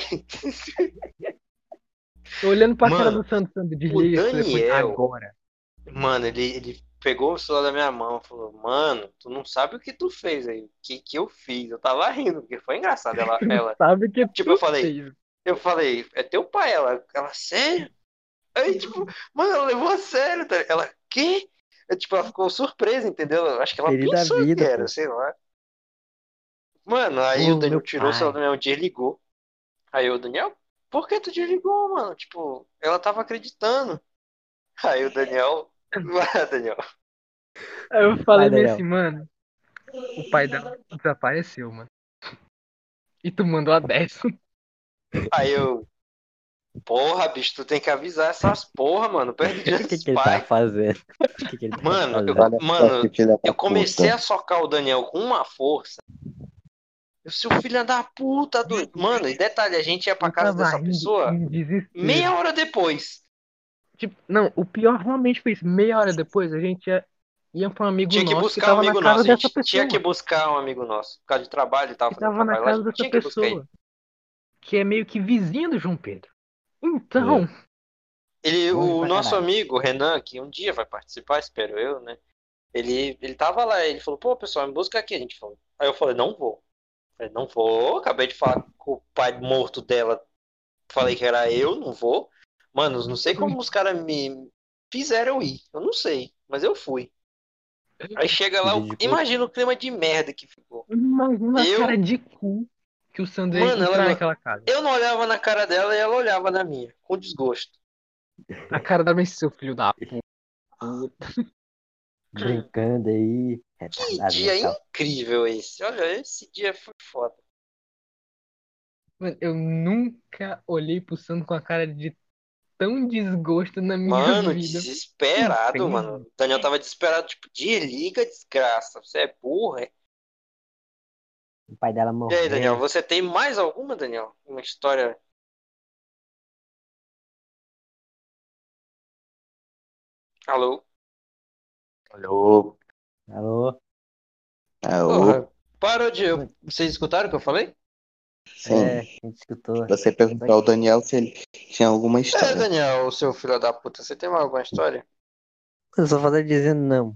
Olhando pra cara Mano, do Sandro, Sandro, o desliga esse telefone Daniel, agora. mano, ele pegou o celular da minha mão e falou, mano, tu não sabe o que tu fez aí. O que que eu fiz? Eu tava rindo, porque foi engraçado. Sabe o que Tipo, tu fez. eu falei, é teu pai? Ela, sério? Aí, tipo, mano, ela levou a sério, tá? Ela, quê? Tipo, ela ficou surpresa, entendeu? Eu acho que ela Feliz da pensou que vida, era, pô. sei lá. Mano, aí o Ô, Daniel meu tirou o celular do pai. meu, desligou. Aí o Daniel, por que tu desligou, mano? Tipo, ela tava acreditando. Aí o Daniel, vai, Daniel. Aí eu Vai, falei bem assim, Daniel. mano, o pai dela desapareceu, mano. E tu mandou a 10. Aí eu, porra, bicho, tu tem que avisar essas porra, mano, perto do dia O que dos que ele tá pais. fazendo? O que que ele tá Mano, fazendo? Olha só que mano, filha da eu comecei puta. a socar o Daniel com uma força. Eu, seu filho da puta, doido. Mano, e detalhe, a gente ia pra Eu casa tava dessa rindo pessoa em meia desespero. hora depois. Tipo, não, o pior realmente foi isso. Meia hora depois, a gente ia pra um amigo Tinha que nosso que buscar um tava na amigo casa nosso. A dessa gente tinha que pessoa. buscar um amigo nosso. Por causa de trabalho, ele tava Que fazendo tava na trabalho lá, a casa gente dessa tinha que buscar ele. pessoa. Que é meio que vizinho do João Pedro. Então, É, longe O pra nosso caralho. amigo, Renan, que um dia vai participar, espero eu, né? Ele tava lá, ele falou, pô, pessoal, me busca aqui. A gente falou. Aí eu falei, não vou. Falei, não vou. Acabei de falar com o pai morto dela. Falei que era eu, não vou. Mano, não sei como os caras me fizeram eu ir. Eu não sei, mas eu fui. Aí chega Se lá, dedicou. imagina o clima de merda que ficou. imagina a cara Eu, de cu que o Sandro ia mano, entrar naquela casa. eu não olhava na cara dela e ela olhava na minha, com desgosto. A cara da seu filho da puta. Brincando aí. Que Retardado dia mental. incrível esse. Olha, esse dia foi foda. Mano, eu nunca olhei pro Sandro com a cara de tão desgosto na minha Mano, vida. desesperado, Entende? mano. O Daniel tava desesperado, tipo, desliga, desgraça. Você é burro, é? O pai dela E aí, Daniel, morrendo. você tem mais alguma, Daniel? Uma história. Alô? Alô? Alô? Alô? Porra, parou de. Vocês escutaram o que eu falei? É, a Sim. gente escutou. Você Só perguntou ao Daniel se ele tinha alguma É, história. Daniel, seu filho da puta, você tem mais alguma história? que eu só falei dizendo não.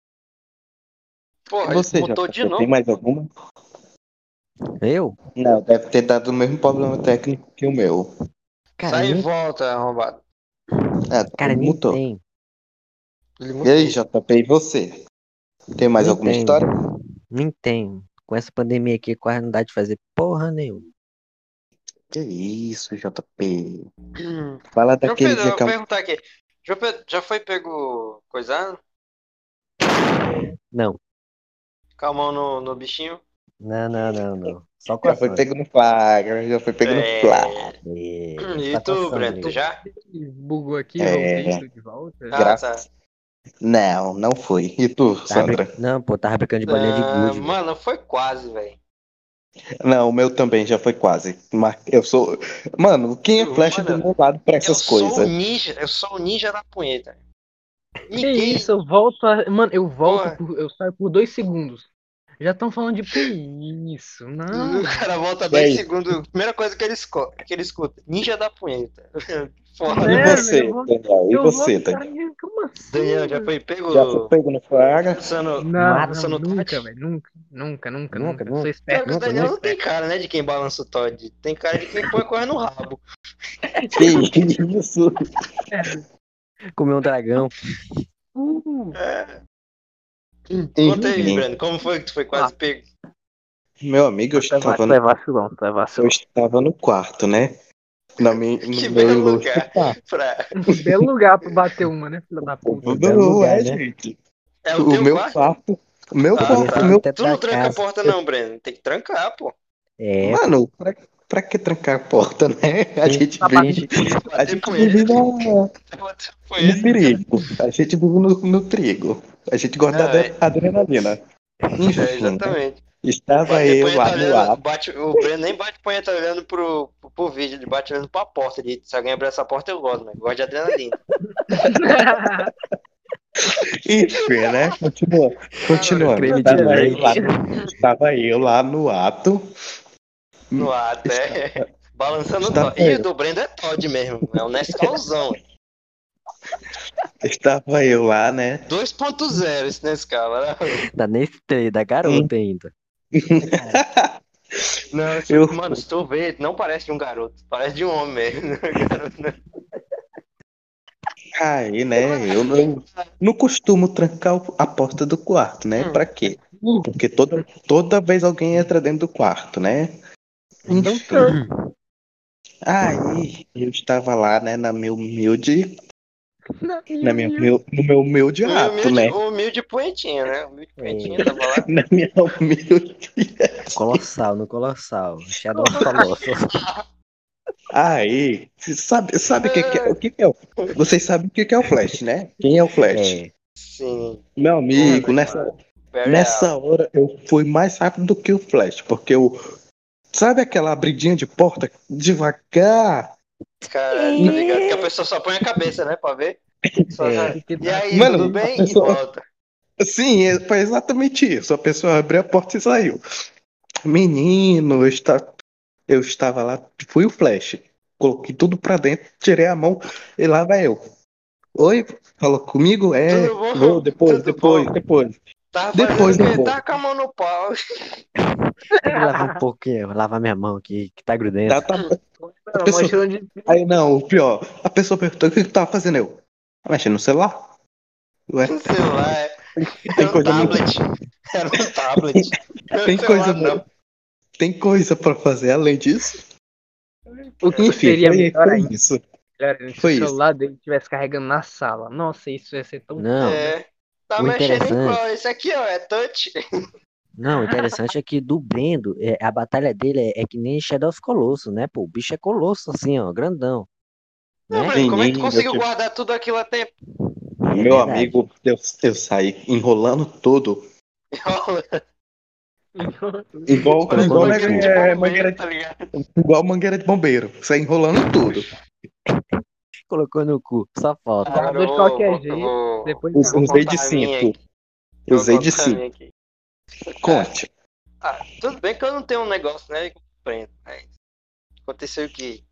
E Porra, ele você, mutou de JP, tem novo. mais alguma? Eu? Não, deve ter dado o mesmo problema técnico que o meu. Cara, Sai e nem, volta, arrombado. Ah, cara, ele nem mutou. tem. Ele E aí, mutou. JP, e você? Tem mais Nem alguma tem. história? Nem tem. Com essa pandemia aqui, quase não dá de fazer porra nenhuma. Que isso, JP? Fala João daquele Pedro, eu dia vou que eu... perguntar aqui. João Pedro, já foi pego coisando? Não. Com a mão no bichinho? Não, não, não, não. Só Já foi coçando. pego no flagra, já foi pego no É. flagra. É, E só tu, coçando, Breno, tu amigo. já? Bugou aqui, voltei, É, tô de volta. Ah, tá. graças... Não, não foi. E tu, Sandra? Não, pô, tava brincando de bolinha de Ah, gude, velho. mano, foi quase, velho. Não, o meu também já foi quase. Mas eu sou... Mano, quem é flash do Mano, meu lado pra eu essas sou o coisas? ninja, eu sou o ninja da punheta. Que isso, Ninguém, eu volto. Mano, eu volto, porra, eu saio por 2 segundos. Já estão falando de que isso? o Não. cara volta E dois aí? segundos, primeira coisa que ele escuta, ninja da punheta. E Foda. Né, velho? você, Daniel? E Eu vou você, atrás. Daniel? Como Daniel assim, já velho? foi Já foi pego pego no flagra? balançando, Não, não, balançando o nunca, Todd? velho. Nunca, nunca, nunca, Nunca, nunca. Sou nunca, Pior esperto, que o nunca, sou Daniel nunca. não tem esperto. cara, né, de quem balança o Todd. Tem cara de quem põe a coisa no rabo. Que isso? Comer um dragão. É. Conta aí, Enfim, Breno, como foi que tu foi Ah, quase pego? meu amigo, tu é vacilão, tu é eu vacilão. estava no quarto, né? No Que meu belo ilustre lugar quarto. pra... Um belo lugar pra bater uma, né, filha da puta? Um belo Não lugar, é, né? gente. É o O teu meu quarto? quarto. O meu Ah, Poderia quarto, o ser tá. no meu. teto Tu da não tranca a casa. porta não, Breno. Tem que trancar, pô. É, pô. Mano, pra que trancar a porta, né? A Tem, gente Pra tem vive, gente, a Bater gente vive punheta. no Bater punheta. trigo. A gente vive no trigo. A gente gosta Não, da é, adrenalina. Enfim, né? exatamente. Estava Bater eu punheta lá no olhando. ar. O Breno nem bate punheta olhando pro vídeo, ele bate olhando pra porta. Se alguém abrir essa porta, eu gosto, né? Eu gosto de adrenalina. Enfim, né? Continuando. creme de leite. Estava eu lá no ato. No ato, Estava, balançando o Todd. estava E o eu. do Breno é Todd mesmo. É o Nescauzão. Estava eu lá, né? 2.0 esse Nescau. Né? Da Nestlé, da garota ainda. Não, Eu, mano, se tu vê, não parece de um garoto. Parece de um homem mesmo. Garoto, né? aí, né? Eu não costumo trancar a porta do quarto, né? Pra quê? Porque toda vez alguém entra dentro do quarto, né? Então, Enfim. Aí eu estava lá, né, na meu humilde, no meu humilde ato, né? Humilde poetinha, né? Humilde poetinha, É, tava lá. Na minha humilde. colossal, no colossal. Shadow of Colossus. Aí, sabe o que que é vocês sabem o que que é o Flash, né? Quem é o Flash? É, Sim. Meu amigo, Mano, very nessa hora eu fui mais rápido do que o Flash, porque eu. Sabe aquela abridinha de porta devagar? cara, tá ligado? Que a pessoa só põe a cabeça, né? Pra ver. Só, é. e aí, tudo Mano, a bem? E pessoa. volta. Sim, foi exatamente isso. A pessoa abriu a porta e saiu. Menino, eu estava lá, fui o Flash. Coloquei tudo pra dentro, tirei a mão e lá vai eu. Oi, falou comigo? Tudo É, vou bom? depois, Tudo depois, bom? depois. Tava fazendo Depois o eu quê? vou. Tava com a mão no pau. Tem que lavar um pouquinho, vou lavar minha mão aqui, que tá grudento. A pessoa. Mostrando de. Aí não, o pior, a pessoa perguntou o que eu tava fazendo eu. Mexendo no celular? Ué, No celular. tem Era um coisa melhor. tablet. Era um tablet. Não Tem era coisa celular, melhor. não. Tem coisa pra fazer além disso? O que Enfim, seria melhor foi ainda? isso. Galera, se o Foi isso. celular dele estivesse carregando na sala. Nossa, isso ia ser tão Não. top, né? É. Tá O mexendo em interessante- qual? Esse aqui, ó, é touch. Não, o interessante é que do Brendo, a batalha dele é que nem Shadow of Colossus, né, pô? O bicho é colosso, assim, ó, grandão. Não, Né? velho, como é que tu Menino, conseguiu tipo, guardar tudo aquilo a tempo? É meu verdade. amigo, eu saí enrolando tudo. Igual, Parece igual, mangueira de mangueira, bombeiro, tá ligado? igual mangueira de bombeiro. Saí enrolando tudo. Colocou no cu, só falta. Agora Guardou de qualquer jeito. Depois eu vou Usei de contar a minha 5. aqui. Eu vou Usei de contar a 5. minha aqui. Conte. Tudo bem que eu não tenho um negócio, né? Que eu prendo, mas aconteceu que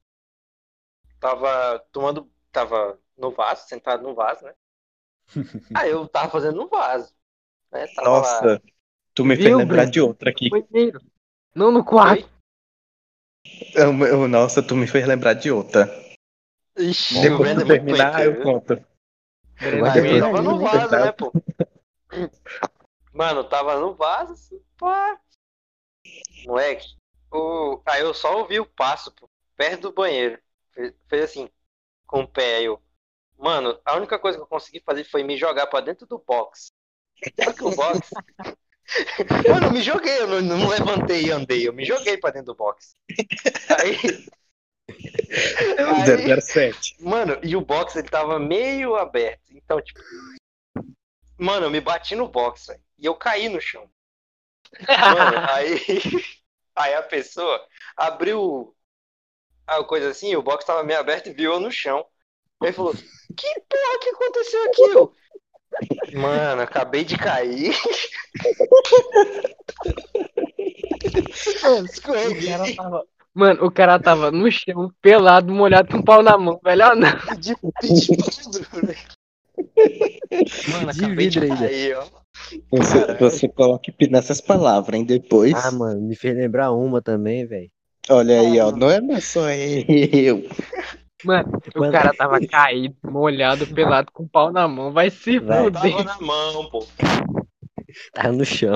tava no vaso, sentado no vaso, né? Aí eu tava fazendo no vaso, né? Tava lá. Nossa, tu me fez Viu, lembrar Breno? de outra aqui. Banheiro. Não no quarto. Foi? Nossa, tu me fez lembrar de outra. Ixi, o Depois Breno que é muito terminar, hater, eu viu? conto. Eu gosto A de minha tava adrenalina, no né? vaso, né, Verdade. pô? Mano, tava no vaso, assim, pá. Moleque, aí eu só ouvi o passo, pô, perto do banheiro. Fez assim, com o pé. Aí eu. Mano, a única coisa que eu consegui fazer foi me jogar pra dentro do box. Só que o box. Mano, eu me joguei, eu não levantei e andei, eu me joguei pra dentro do box. Aí. Aí. 007. Mano, e o box ele tava meio aberto. Então, tipo. Mano, eu me bati no box, velho. E eu caí no chão. Mano, aí. Aí a pessoa abriu a coisa assim, o box tava meio aberto e viu eu no chão. Aí falou: Que porra que aconteceu aqui? Mano, acabei de cair. Escorreguei Mano, o cara tava no chão, pelado, molhado, com um pau na mão, velho. Ah, não. de vidro, velho. Mano, De acabei de vidro ainda. cair, ó. Você coloque nessas palavras, hein? Depois. Ah, mano, me fez lembrar uma também, velho. Olha aí, ó. Não é só eu. Mano, o Mano. cara tava caído, molhado, pelado, com um pau na mão. Vai se Vai. Tava fuder. na mão, pô. Tava no chão.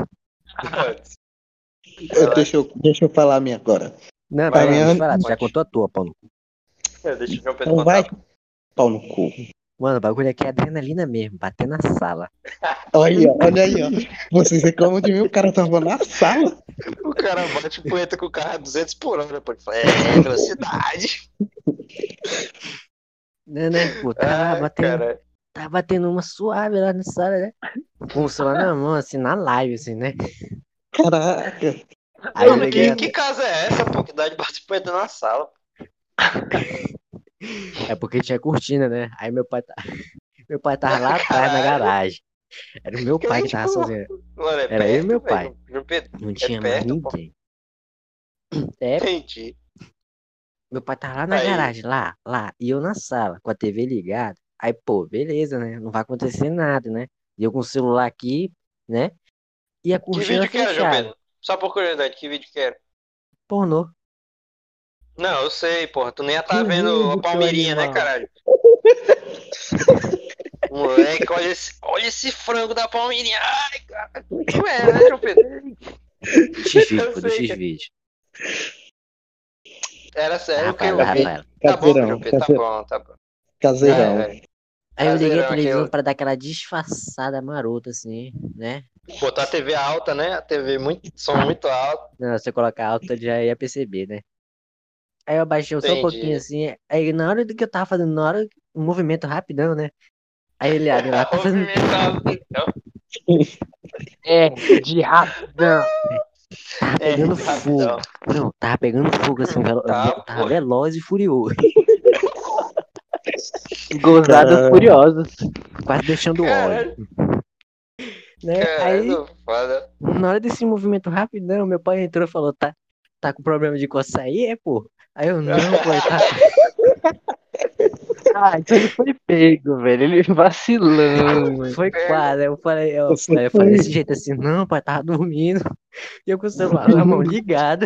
Deixa eu falar a minha agora. Não, Vai pera aí, lá, deixa eu falar. Tu pode. já contou a tua, Paulo. Deixa eu ver o Pedro Então vai, contar. pau no cu. Mano, o bagulho aqui é adrenalina mesmo, bater na sala. Olha aí, ó. Vocês reclamam de mim, o cara tava na sala. O cara bate punheta com o carro a 200 por hora, pô. Ele fala, é, velocidade. Né? Pô, tá batendo uma suave lá na sala, né? Com o celular na mão, assim, na live, assim, né? Caraca. Aí eu Mano, peguei. que casa é essa, pô? Que dá de bater punheta na sala? É porque tinha cortina, né? Aí meu pai tava lá atrás na garagem. Era o meu pai que tava sozinho. Mano, Era eu e meu pai. velho. João Pedro, Não tinha mais perto, pô. ninguém. É, Entendi. meu pai tava lá na Aí. garagem, lá. E eu na sala, com a TV ligada. Aí, pô, beleza, né? Não vai acontecer nada, né? E eu com o celular aqui, né? E a Que cortina vídeo que era, João fechada. Pedro? Só por curiosidade, que vídeo que era? Pornô. Não, eu sei, porra. Tu nem ia Que tá vendo vídeo, a seu Palmeirinha, né, animal? caralho? Moleque, olha esse frango da Palmeirinha. Ai, cara. Ué, né, João Pedro? X-vídeo, pô, do Eu sei, X-vídeo. Era sério, Rafaela, que eu vi. Rafaela. Tá bom, Caseirão, João Pedro, tá bom. Caseirão. É. Aí eu liguei a Caseirão, televisão aquele- pra dar aquela disfarçada marota, assim, né? Botar a TV alta, né? A TV som muito alto. Não, se eu colocar alto, eu já ia perceber, né? Aí eu baixei só um pouquinho, Entendi. assim. Aí na hora do que eu tava fazendo, um movimento rapidão, né? Aí ele abre lá, tá fazendo... Movimentado. É, de rapidão. Tava pegando fogo. rapidão. Não, tava pegando fogo, assim, Tá, tava pô. veloz e furioso. Gozadas Caralho. furiosas. Quase deixando óleo, Caralho, né? Aí, caralho, foda. na hora desse movimento rapidão, meu pai entrou e falou, tá com problema de coçar aí, pô? Aí eu, não, pô, ele tá... Ah, então ele foi pego, velho. Ele vacilão, mano. Foi quase. Aí eu falei, Você aí eu falei desse jeito assim, não, pai, tava dormindo. E eu com o celular na mão ligado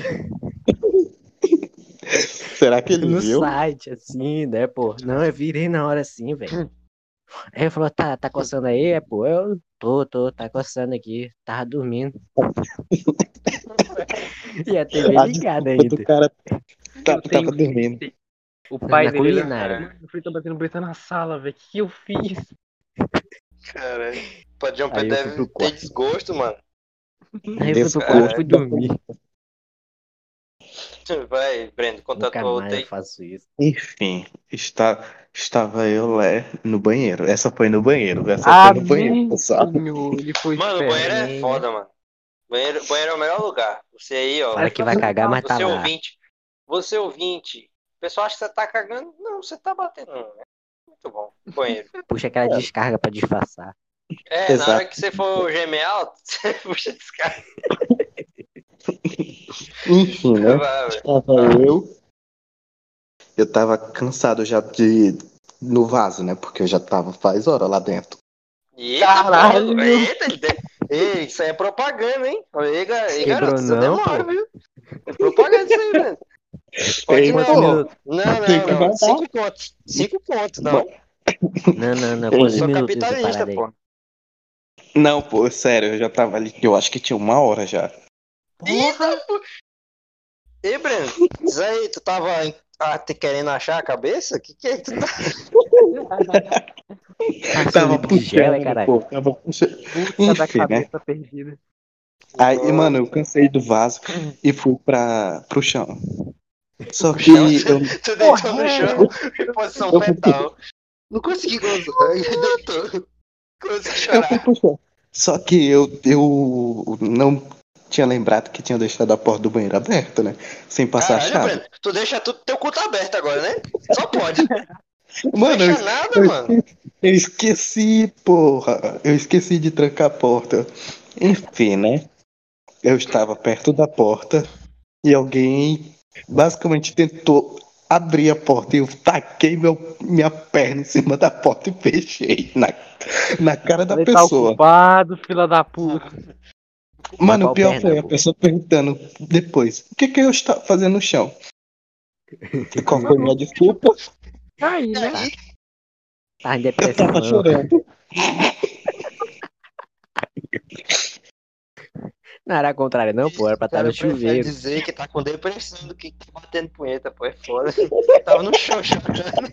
Será que ele no viu? site, assim, né, pô? Não, eu virei na hora assim, velho. Aí ele falou, tá coçando aí? Pô, eu tá coçando aqui, tava dormindo. E a TV A ligada desculpa do ainda. cara tava Entendi. dormindo. O pai Na dele, culinária. mano, o Frito tá batendo punheta na sala, velho. O que eu fiz? Cara, o Jumper Aí eu fui deve pro ter quarto. desgosto, mano. Aí eu fui pro Cara. quarto, fui dormir. Vai, Brendo, conta a Nunca tua mais outra eu aí. faço isso. Enfim, estava eu lá no banheiro. Essa foi no banheiro. Essa foi no banheiro, Amém, pessoal. Senhor. Ele foi Mano, o banheiro é esperto. foda, mano. Banheiro é o melhor lugar. Você aí, ó. Fala que vai cagar, mas tá Você lá. ouvinte. Você ouvinte. O pessoal acha que você tá cagando. Não, você tá batendo. É muito bom. Banheiro. Puxa aquela descarga pra disfarçar. É, na hora Exato. que você for gemer alto, você puxa esse cara. Enfim, né? Vai, velho. Estava eu tava cansado já de no vaso, né? Porque eu já tava faz hora lá dentro. Eita, Caralho. porra. Eita, ei, isso aí é propaganda, hein? Ei, garoto, Quebrou você não, demora, pô. viu? É propaganda isso aí, velho. Pode Ei, não, Quantos pô, não. minutos? tem que Não. mandar. 5 contos. 5 contos, não. Não. Ei, Quantos Sou minutos essa capitalista, parada aí? pô. não, pô, sério, eu já tava ali, eu acho que tinha uma hora já. Porra! Ei, Breno, diz aí, tu tava te querendo achar a cabeça? Que é que tu tá? Passou Tava livro de gel, puxando, caralho? pô, tava puxando. Busca da Enfim, né? cabeça perdida. Aí, mano, eu cansei do vaso e fui pro chão. Só O chão, que eu, tu deitou no chão em posição eu, fui, fetal. Não consegui gozar, aí deitou. Comecei a eu fui chorar. pro chão. Só que eu não tinha lembrado que tinha deixado a porta do banheiro aberta, né? Sem passar a Caralho, chave. Breno, tu deixa tudo teu cu tá aberto agora, né? Só pode. Mano, Fecha nada, eu, mano. eu esqueci, porra. Eu esqueci de trancar a porta. Enfim, né? Eu estava perto da porta e alguém basicamente tentou abrir a porta e eu taquei minha perna em cima da porta e fechei na cara da Ele tá pessoa. ocupado, fila da puta. Mas Mano, o qual pior perna, foi a pô? pessoa perguntando depois: o que eu estava fazendo no chão? Qual foi minha desculpa? Aí, E né? aí, Tá em Eu depressão. tava chorando. Não era ao contrário, não, pô. Era pra o estar no cara prefere chuveiro. dizer que tá com depressão do que tá batendo punheta, pô. É foda. Tava no chão chorando.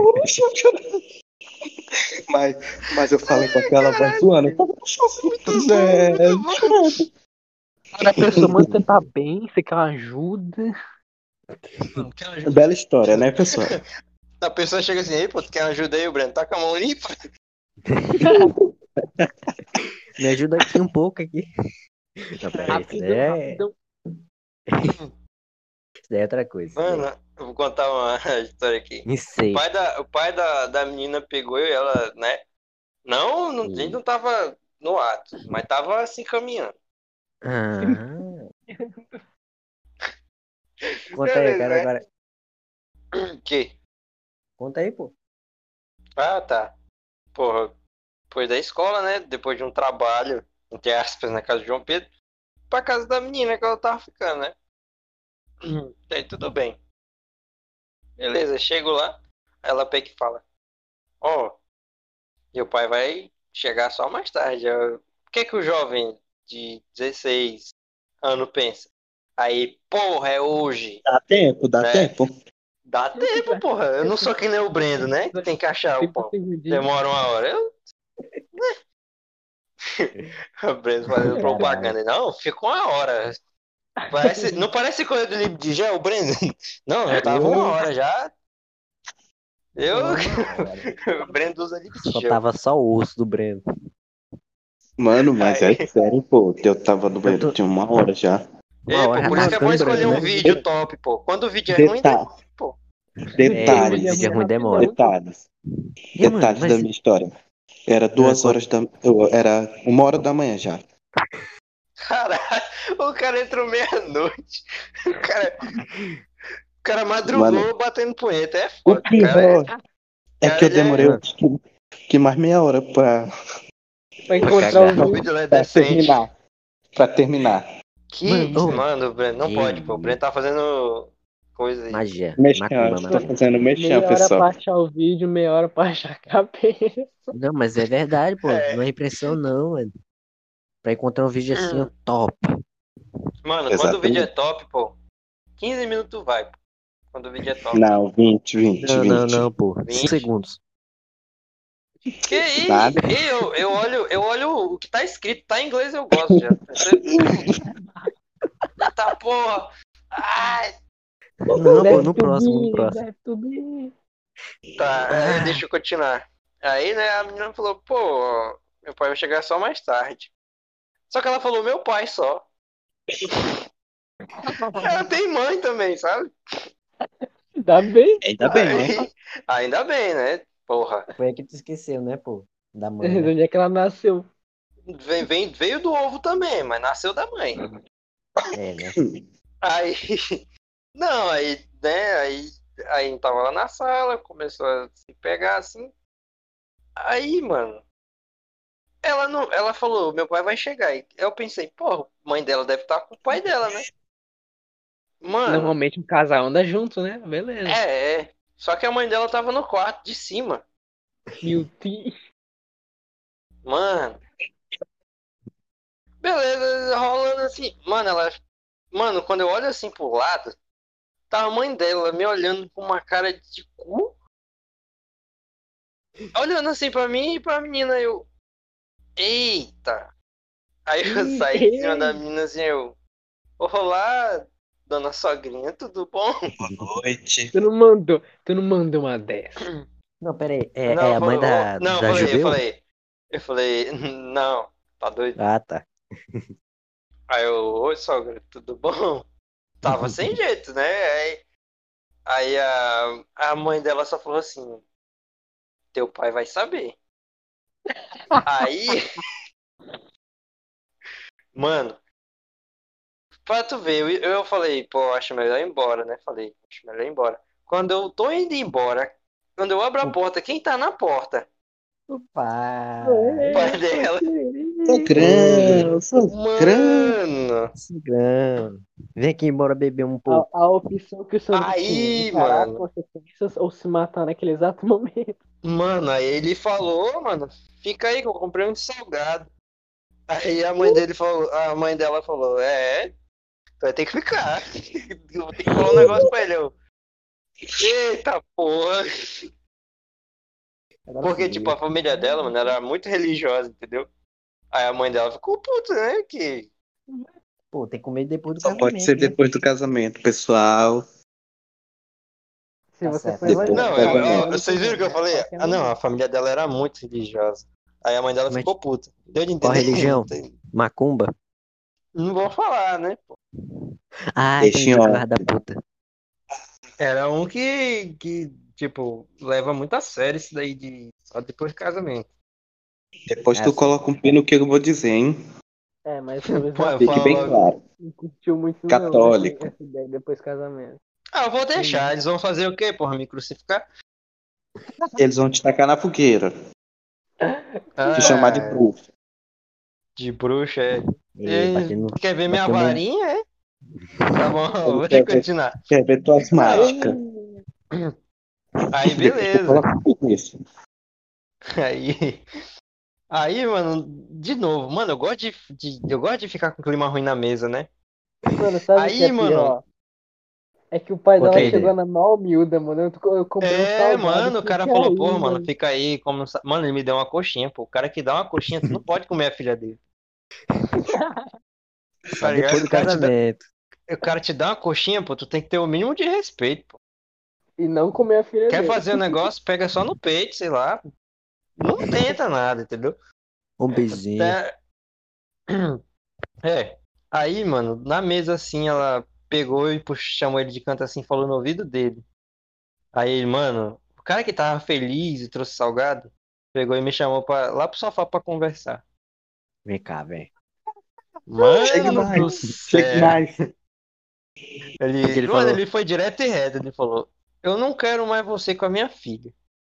Mas eu falei com aquela voz Caralho, zoando. Eu tava no chão, muito bom, Zé, muito bom. chorando. Quando a pessoa, mano, você tá bem, você quer uma ajuda. Mano, quer ajuda? Bela história, né, pessoal? A pessoa chega assim, ei, pô, tu quer ajuda aí, o Breno? Tá com a mão limpa? Me ajuda aqui um pouco aqui. Não, peraí. Rapidão, rapidão. Isso daí é outra coisa. Mano, eu vou contar uma história aqui. O Incesto. pai da menina pegou ela, né? A gente não tava no ato, mas tava assim caminhando. Ah. Conta aí, Beleza, cara, né? agora. Que? Conta aí, pô. Ah, tá. Porra, depois da escola, né? Depois de um trabalho, entre aspas, na casa de João Pedro, pra casa da menina que ela tava ficando, né? Aí tudo bem. Beleza, chego lá, ela pega e fala: Ó, meu pai vai chegar só mais tarde. O que é que o jovem de 16 anos pensa? Aí, porra, é hoje, Dá tempo, dá né? tempo. Dá tempo, porra. Eu não sou que nem o Brendo, né? Que tem que achar o Sempre pão. perdi. Demora uma hora. O Brendo fazendo Caralho. propaganda. Não, fica uma hora. Não parece coisa do livro de gel, Brendo? Não, já tava uma hora já. Uma hora. O Brendo usa livro de Só gel. tava só o osso do Breno. Mano, mas é Aí, sério, pô. Eu tava no banheiro, tinha uma hora já. Uma hora já por tava isso que é bom ficando escolher branco, um né? vídeo top, pô. Quando o vídeo é ruim, Detalhe, pô. detalhes, Vídeo é ruim, demora. detalhes, E, mano, detalhes da mas. minha história. Era era 1 hora da manhã já. Caralho, o cara entrou meia-noite. O cara madrugou Mano, batendo punheta. É o foda. O cara pior é que eu ele é demorei acho que mais meia hora pra Pra encontrar cagar. o o vídeo. vídeo lá é decente. terminar. Pra terminar. Mano, Mano, o Breno, não pode, pô. O Breno tá fazendo coisa aí. magia. Mexendo, Macumba, tô macumba. fazendo mexendo, Meia hora pessoal. pra achar o vídeo, meia hora pra achar a cabeça. Não, mas é verdade, pô. É. Não é impressão, não, mano. Pra encontrar um vídeo assim, ó, top. Mano, quando o vídeo é Exatamente. top, pô, 15 minutos vai. Pô. Quando o vídeo é top. Não, 20. Não, pô. 20. 5 segundos. Que aí? Nada. Eu olho o que tá escrito, tá em inglês, eu gosto já. Eita porra! Ai, Não, pô, no to próximo, no be, próximo. deve to be. tá, deixa eu continuar. Aí, né, a menina falou, pô, meu pai vai chegar só mais tarde. Só que ela falou, meu pai só. Ela tem mãe também, sabe? Dá bem. Ainda bem, né? Aí, ainda bem, né? Porra. Foi aí que tu esqueceu, né, pô? Da mãe, De né? onde é que ela nasceu? Veio do ovo também, mas nasceu da mãe. É, né? Aí, não, aí, né, aí a gente tava lá na sala, começou a se pegar assim. Aí, mano, ela não, ela falou, meu pai vai chegar. E eu pensei, pô, mãe dela deve estar com o pai dela, né? Mano, Normalmente um casal anda junto, né? Beleza. é. Só que a mãe dela tava no quarto de cima. Meu Deus. Mano, beleza, rolando assim. Mano, quando eu olho assim pro lado, tá a mãe dela me olhando com uma cara de cu. Olhando assim pra mim e pra menina, eu. Eita! Aí eu saí de cima da menina assim, eu. Olá, dona sogrinha, tudo bom? Boa noite. Tu não mandou uma dessa. Não, pera aí. Não, É a mãe não, da Judeu? eu falei, não, tá doido? Ah, tá. Aí eu, oi sogra, tudo bom? Tava sem jeito, né? Aí a mãe dela só falou assim, teu pai vai saber. Aí, mano, pra tu ver, eu falei, pô, acho melhor ir embora, né? Falei, acho melhor ir embora. Quando eu tô indo embora, quando eu abro a porta, quem tá na porta? O O pai. pai dela. Sogrão. Mano, Cigrão. Vem aqui embora beber um A, pouco. a opção que o Sandro tinha, aí, encarar as mano, consequências ou se matar naquele exato momento. aí ele falou, mano, fica aí que eu comprei um salgado. Aí a mãe dele falou, a mãe dela falou, tu vai ter que ficar. Eu vou ter que falar um negócio pra ele. Eu, eita porra. Agora Porque, tipo, fudeu. a família dela, mano, era muito religiosa, entendeu? Aí a mãe dela ficou puta, né? Que. Pô, tem que comer depois do Só pode ser casamento, né? depois do casamento, pessoal. Se Tá você certo. for Mas, Depois evangélico, do Não, casamento. vocês viram o que eu falei? qualquer Ah, não, a momento. família dela era muito religiosa. Aí a mãe dela mas ficou puta. Deu de qual entender? religião? Macumba? Não vou falar, né? Ah, Deixa entendi em o filho da off. puta. Era um que, tipo, leva muito a sério isso daí de só depois do casamento. Depois É tu assim. coloca um pino que eu vou dizer, hein? É, mas talvez Pô, ela eu Fique falo bem logo. claro. não curtiu muito não Católico. essa ideia depois do casamento. Ah, eu vou deixar. Eles vão fazer o quê, porra? Me crucificar? Eles vão te tacar na fogueira. Te chamar de Ah, bruxo. de bruxa, é. E Quer ver minha bater uma. varinha, é? Tá bom, Ele deixa eu continuar. quer ver tuas Não, mágicas. aí Depois tu beleza. coloca tudo isso. Aí, aí, mano, de novo, mano, eu gosto de ficar com clima ruim na mesa, né? Mano, sabe o que é Aí, mano, pior? É que o pai Conta dela aí, chegou Dê. na mal humilda, mano. Eu comprei um salgado, mano, o cara fica falou, aí, porra, mano, mano. fica aí, como, mano, ele me deu uma coxinha, pô. O cara que dá uma coxinha, tu não pode comer a filha dele, Só tá ligado? depois do casamento. O cara te dá uma coxinha, pô, tu tem que ter o mínimo de respeito, pô. E não comer a filha Quer dele. fazer o negócio, pega só no peito, sei lá. Não tenta nada, entendeu? Um beijinho. Tá- É. Aí, mano, na mesa assim, ela pegou e chamou ele de canto assim, falou no ouvido dele. Aí, mano, o cara que tava feliz e trouxe salgado, pegou e me chamou lá pro sofá pra conversar. Vem cá, vem. Chega Mano mais. do Chega céu. mais. O que ele Mano, falou? ele foi direto e reto, ele falou: Eu não quero mais você com a minha filha.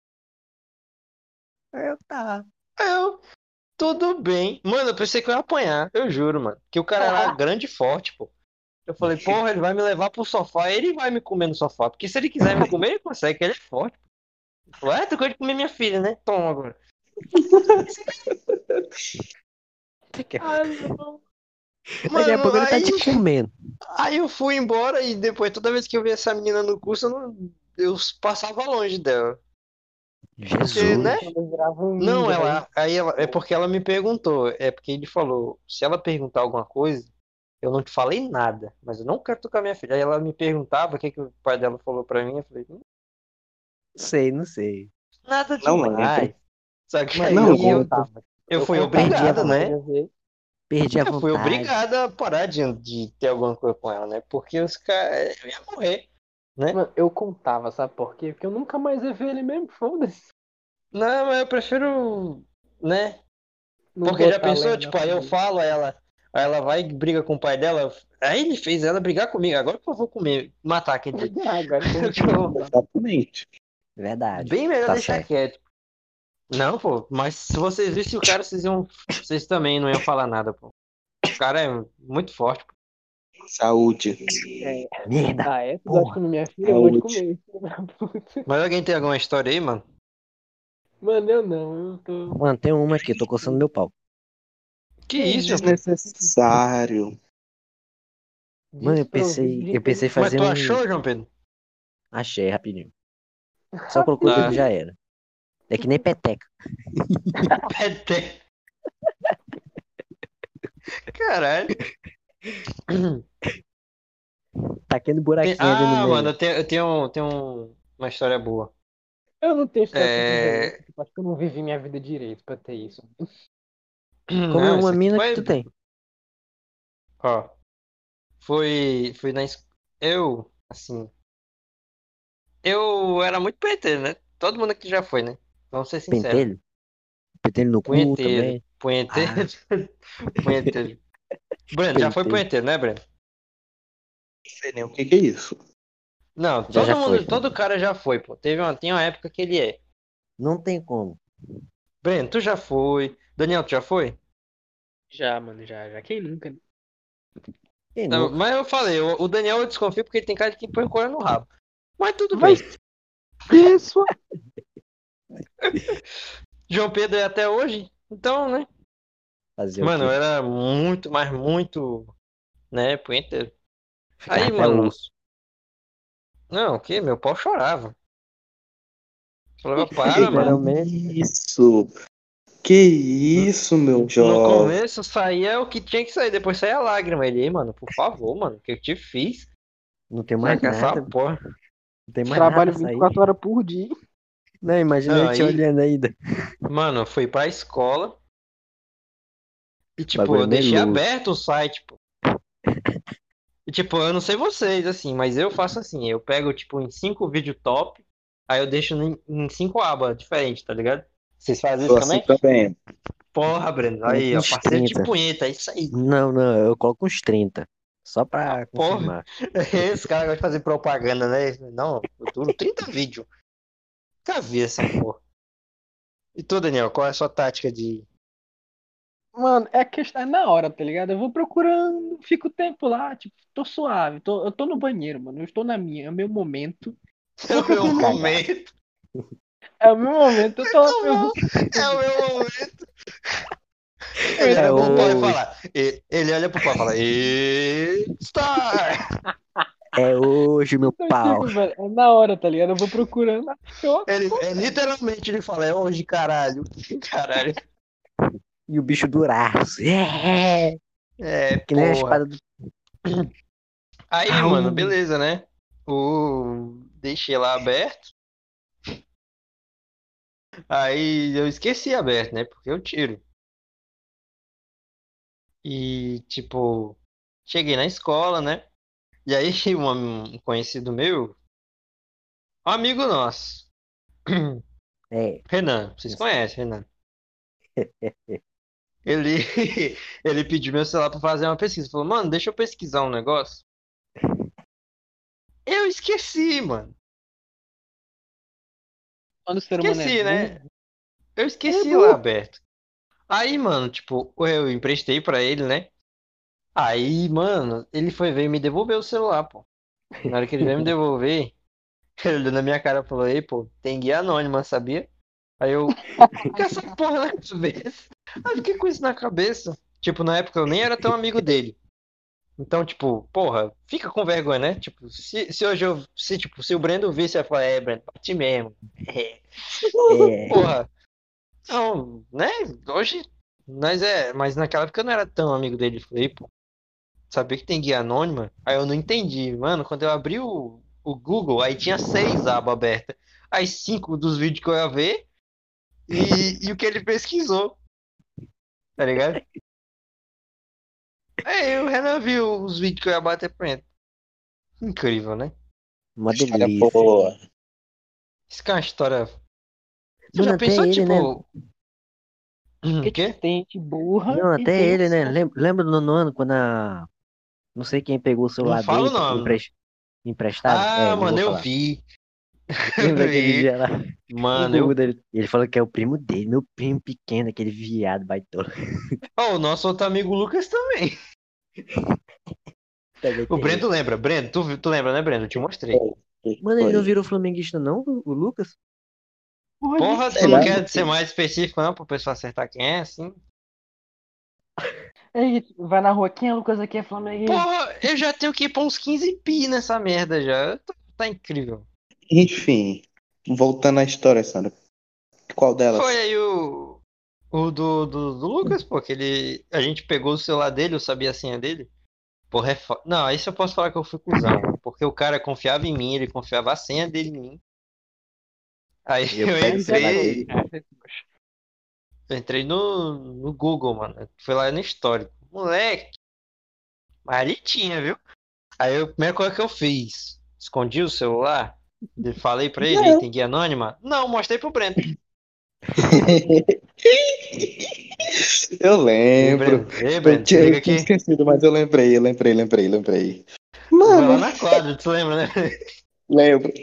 Eu tá. Aí eu, tudo bem. Mano, eu pensei que eu ia apanhar, eu juro, mano. Que o cara era grande e forte, pô. Eu falei, porra, ele vai me levar pro sofá, ele vai me comer no sofá. Porque se ele quiser me comer, ele consegue, que ele é forte. Ele falou, tu gosta de comer minha filha, né? Toma agora. Ah, não. Daqui a pouco ele tá aí, te comendo. aí eu fui embora e depois, toda vez que eu via essa menina no curso, eu passava longe dela. Porque, né? Jesus. Quando virava um Não, ninja, velho. é porque ela me perguntou, é porque ele falou, se ela perguntar alguma coisa, eu não te falei nada, mas eu não quero tocar minha filha. Aí ela me perguntava o que que o pai dela falou pra mim, eu falei, Sei, não sei. nada Não lembro. demais. Só que Mano, aí Não eu lembro. contava. eu fui perdi a obrigada, né? Perdi a Eu fui vontade. obrigada a parar de ter alguma coisa com ela, né? Porque os caras eu ia morrer, né? Mano, eu contava, sabe por quê? Porque eu nunca mais ia ver ele mesmo, foda-se. Não, mas eu prefiro, né? Não Porque já botar pensou, lenha na tipo, aí eu fogueira. falo, aí ela vai e briga com o pai dela. Aí ele fez ela brigar comigo. Agora que eu vou comer, matar, quer dizer. Agora que eu vou comer. Exatamente. Verdade. Bem melhor Tá deixar certo. quieto. Não, pô, mas se vocês vissem o cara, vocês também não iam falar nada, pô. O cara é muito forte, pô. Saúde. É. Merda. Ah, é? Tu gosta de Porra. comer minha filha? Eu vou te Saúde. comer. Filho da puta. Mas alguém tem alguma história aí, mano? Mano, eu não. Eu tô. Mano, tem uma aqui, tô coçando meu pau. Que Que isso, meu isso? filho? Desnecessário. Mano, Desprovido de eu pensei em Mas fazer tu um. achou, João Pedro? Achei rapidinho. Só colocou o dedo Ah, já era. É que nem peteca. PT. Caralho. Tá aquele buraquinho ali no Mano, meio. eu tenho uma história boa. Eu não tenho história suficiente. É... Tipo, acho que eu não vivi minha vida direito pra ter isso. Como é Não, uma isso aqui mina que foi. tu tem. Ó, foi na escola. Eu, assim. Eu era muito punheteiro, né? Todo mundo aqui já foi, né? Vamos ser sinceros. Pentelho? Pentelho no cu Punheteiro. também. Punheteiro. Ah, Punheteiro. Breno, já foi pentelho. punheteiro, né, Breno? Não sei nem o que é isso. Não, Já todo foi. mundo, todo cara já foi, pô. Tem uma época que ele é. Não tem como. Breno, tu já foi. Daniel, tu já foi? Já, mano, já. Quem nunca? Quem Não, nunca? mas eu falei, o Daniel eu desconfio porque ele tem cara de quem põe coisa no rabo. Mas tudo bem. Mas isso. João Pedro é até hoje, então, né? Fazer o Mano, eu quê? era muito, mas muito, né, punheteiro. Ficar Aí, até o mano, osso. não, o quê? Meu pau chorava. Falava, Que para, mano. Literalmente. isso? Que isso, meu No jovem? começo saía o que tinha que sair, depois saía a lágrima. Ele, "Ei, mano, por favor, mano, o que eu te fiz? Não tem Sai mais com essa nada. porra." Não tem mais nada Trabalho a sair. 24 horas por dia. Não, imagina Não, ele te aí, olhando ainda. mano, eu fui pra escola e, tipo, Bagulho eu deixei meloso. aberto o site, pô. E, tipo, eu não sei vocês, assim, mas eu faço assim, eu pego, tipo, em 5 vídeos top, aí eu deixo em 5 abas diferentes, tá ligado? Vocês fazem isso Sou assim também? também. Porra, Breno, Coloca aí, ó, uns parceiro de 30. punheta, é isso aí. Não, não, eu coloco uns 30. Só Ah, pra porra, confirmar. esse cara gosta de fazer propaganda, né? Não, eu duro 30 vídeos. Nunca vi essa porra. E tu, Daniel, qual é a sua tática de. Mano, é questão, é na hora, tá ligado? Eu vou procurando, fico o tempo lá, tipo, tô suave, eu tô no banheiro, mano, eu estou na minha, é o meu momento. É o Porque meu pra mim, Cagar. momento. é o meu momento, eu tô lá, Muito bom. É o meu momento. Ele É olha pro pau e hoje. fala. Ele olha pro pau e fala. Star! É hoje, meu então, pau. tipo, velho, é na hora, tá ligado? Eu vou procurando, Literalmente ele fala, é hoje, caralho. Caralho. E o bicho duraço. É. É, Que nem a porra. espada do. Aí, mano, Au. beleza, né? Deixei lá aberto. Aí eu esqueci aberto, né? Porque eu tiro. E, tipo, cheguei na escola, né? E aí, um conhecido meu, um amigo nosso, É. Renan, vocês conhecem, Renan? Ele, ele pediu meu celular pra fazer uma pesquisa. Falou, mano, deixa eu pesquisar um negócio. Eu esqueci, mano. quando o ser humano é Esqueci, né? burro, Eu é esqueci lá burro. aberto. Aí, mano, tipo, eu emprestei pra ele, né? Aí, mano, ele foi ver e me devolveu o celular, pô. Na hora que ele veio me devolver, ele olhou na minha cara e falou, ei, pô, tem guia anônima, sabia? Aí eu, com essa porra na cabeça. Aí eu fiquei com isso na cabeça. Tipo, na época eu nem era tão amigo dele. Então, tipo, porra, fica com vergonha, né? Tipo, se hoje eu. Se, tipo, se o Brendo visse, eu ia falar, Brendo, bate mesmo. É. É, Porra, não, né? Hoje. Mas naquela época eu não era tão amigo dele. Falei, pô, sabia que tem guia anônima? Aí eu não entendi. Mano, quando eu abri o Google, aí tinha 6 abas abertas. Aí 5 dos vídeos que eu ia ver e o que ele pesquisou, tá ligado? Aí o Renan viu os vídeos que eu ia bater pra. Incrível, né? uma História delícia. boa. Isso que é uma história. Você Mano, já até pensou, ele, né? tipo. O Porque, tipo, quê? tem gente burra Não, e até tem ele, né? noção. Lembra do nono ano, quando a. Não sei quem pegou o Não celular falo dele não. emprestado? É, Ah, não vou mano, eu falar. vi. Eu Lembra aquele vi. dia lá? O Mano, Google eu. dele. Ele falou que é o primo dele, meu primo pequeno, aquele viado baitola. Ó, o nosso outro amigo Lucas também. Também O tem Brendo esse. lembra. Brendo, tu lembra, né, Brendo? Eu te mostrei. Mano, ele não Foi. virou flamenguista, não, o Lucas? Porra, Porra, Sei tu não lá, quer ser mais específico, não, pro pessoal acertar quem é, assim? aí, vai na rua, quem é Lucas aqui? É flamenguista. Porra, eu já tenho que ir pra uns 15 pi nessa merda já. Tá incrível. enfim, voltando à história, Sandra. Qual Foi delas? aí o do Lucas, pô, que ele. A gente pegou o celular dele, eu sabia a senha dele. Porra, Não, aí eu posso falar que eu fui cuzão, mano. Porque o cara confiava em mim, ele confiava a senha dele em mim. Aí E eu eu pego o Essa é celular trouxa. dele. entrei. Eu entrei no Google, mano. Fui lá no histórico. Moleque, mas ali tinha, viu? Aí a primeira coisa que eu fiz, escondi o celular. Falei pra ele, aí Não. tem guia anônima? Não, mostrei pro Breno. Eu Ei, lembro. Breno, ei, Eu Breno, se tinha, liga eu tinha aqui. esquecido, mas eu lembrei. Foi Mano, lá na quadra, tu lembra, né? lembro.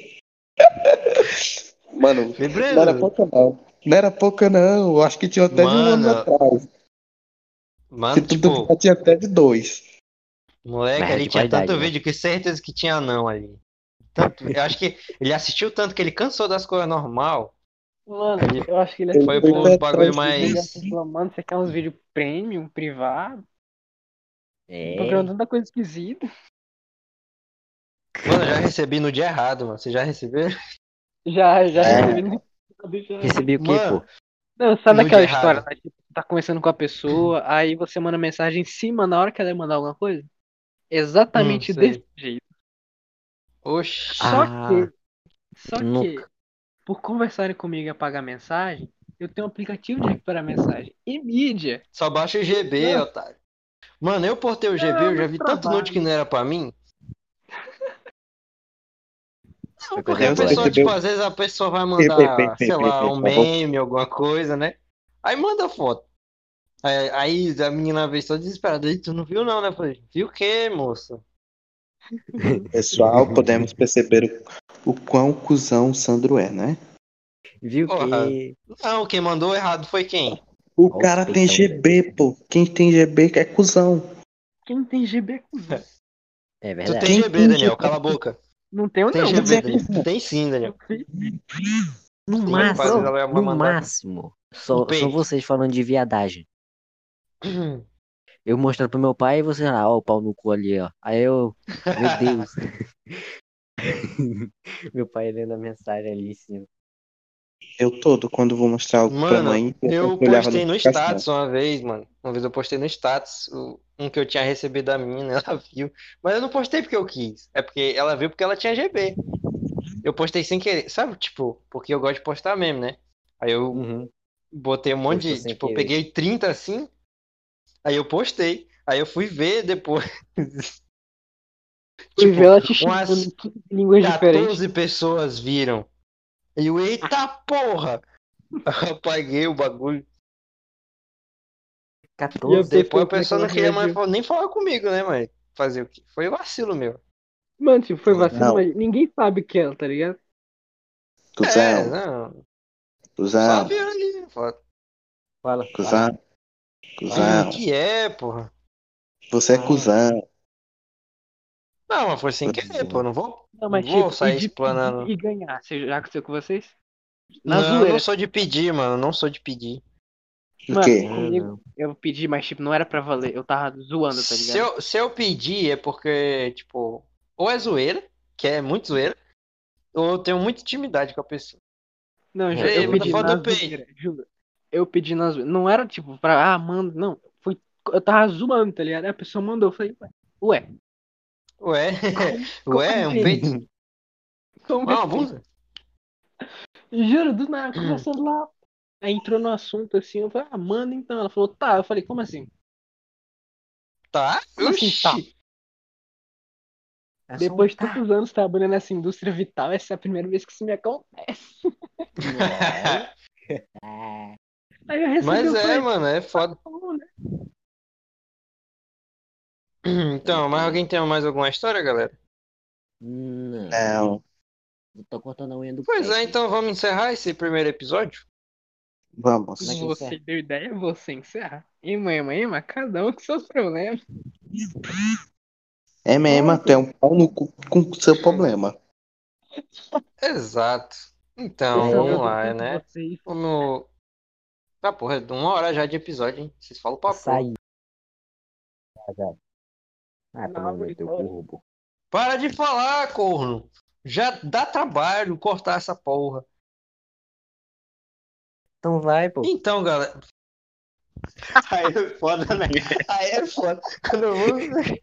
Mano, Falei, não era Breno, pouca não. Não era pouca não. Eu acho que tinha até de um ano mano, atrás. Se mano, tu duvidar, tipo, tinha até de dois. Mas moleque, é ali de tinha qualidade, tanto né? vídeo que certeza que tinha não ali. Tanto, eu acho que ele assistiu tanto que ele cansou das coisas normal. Mano, Aí ele eu acho que ele Ele foi foi assistiu pros pra bagulho trás os vídeos também. mais. assim, falando, mano, você quer uns vídeos premium, privado? É. Procurando tanta coisa esquisita. Mano, eu já recebi no dia errado, mano. Você já recebeu? Já É, recebi no. Já. Recebi o quê, Mano, pô? Não, sabe no aquela dia história, errado. né? Tipo, tá conversando com a pessoa, aí você manda mensagem em cima na hora que ela ia mandar alguma coisa? Exatamente desse Sei. jeito. Oxi. Só Ah, que, só que, nunca. por conversarem comigo e apagar mensagem, eu tenho um aplicativo de recuperar mensagem. E mídia. Só baixa o GB, Não, otário. Mano, eu portei o GB, não, eu já no vi tanto nude que trabalho. não era pra mim. Não, Foi porque coisa a Deus boa, pessoa, né? tipo, percebeu. às vezes a pessoa vai Ei, mandar, sei lá, um por favor. meme, alguma coisa, né? Aí manda foto. Aí a menina veio só desesperada. "Ih, tu não viu não, né?" Eu falei, viu o quê, moça? Pessoal, podemos perceber o quão cuzão o Sandro é, né? Viu Porra. que. Não, quem mandou errado foi quem? O Olha os cara tem peitão dele. GB, pô. Quem tem GB é cuzão. Quem tem GB é cuzão. É Tu tem verdade. Quem GB, tem Daniel, GB cala a boca. Não tenho, Tem não. mas GB, é Daniel. cuzão. Tem sim, Daniel. No Tem, Mano, às vezes máximo, prova. ela vai no mandar máximo. um Só peito. vocês falando de viadagem. Eu mostrando pro meu pai e você lá, ó, o pau no cu ali, ó. Aí eu, meu Deus. Meu pai lendo a mensagem ali em cima. Eu todo, quando vou mostrar algo pra Mano, mãe, eu eu sempre olhava a postei no notificação. status uma vez, mano. Uma vez eu postei no status um que eu tinha recebido da menina, ela viu. Mas eu não postei porque eu quis. É porque ela viu porque ela tinha GB. Eu postei sem querer. Sabe, tipo, porque eu gosto de postar mesmo, né? Aí eu Uhum. botei um monte Postou de. sem Tipo, eu querer. peguei 30 assim, aí eu postei. Aí eu fui ver depois. Fui ver Tipo, ela te xingando em umas 15 línguas diferentes. 14 pessoas viram. E eu, eita porra! Eu apaguei o bagulho. E a 14? Depois pessoa, a como é que pessoa ela não queria mais reagiu? nem falar comigo, né, mas fazer o quê? Foi vacilo meu. Mano, tipo, foi vacilo, Cusão, mas ninguém sabe que é ela, tá ligado? É, cuzão, não. Só cuzão, viu ali. Fala, fala, cuzão, fala, O cuzão. que é, porra? Você é fala. cuzão. Não, mas foi sem querer, pô. Cuzão. Não vou, Não, não mas vou tipo, e sair de pedir explanando. e ganhar? Você já aconteceu com vocês? Na Não, eu não zoeira. sou de pedir, mano. Não sou de pedir. O Mano, quê? comigo Não. eu pedi, mas tipo, não era pra valer. Eu tava zoando, tá ligado? Se eu pedir é porque, tipo, ou é zoeira, que é muito zoeira, ou eu tenho muita intimidade com a pessoa. Não, juro, eu Hey, what the pedi fuck na do pay? zoeira, juro. Eu pedi na zoeira. Não era tipo pra, manda, não. Foi, eu tava zoando, tá ligado? Aí a pessoa mandou, eu falei, ué, Ué, como ué, um assim? peito? Como Uma assim? blusa? Juro, do nada, conversando lá. Aí entrou no assunto assim, eu falei, manda então. Ela falou, tá. Eu falei, como assim? Tá? Como assim, tá? Oxi. É só um Depois de tá. tantos anos trabalhando nessa indústria vital, essa é a primeira vez que isso me acontece. Olha. Ah, Aí eu recebi, Mas eu é, falei, mano, é tá foda. bom, né? Então, mas alguém tem mais alguma história, galera? não. Não, Eu tô cortando a unha do Pois pé é, aqui. então vamos encerrar esse primeiro episódio? Como é vamos. que encerra? Você deu ideia, você encerra. E mãe, cada um com seus problemas. É mesmo, até um pau no cu com o seu problema. Exato. Então, É, vamos Eu lá, sinto né? vocês. Vamos. Ah, porra, é 1 hora já de episódio, hein? Vocês falam pra porra. açaí. Já. Ah, tomar no Não, meu teu cu, robô. Para de falar, corno! Já dá trabalho cortar essa porra. Então vai, pô. Então, galera. Aí é foda, né? Aí é foda. Quando eu vou.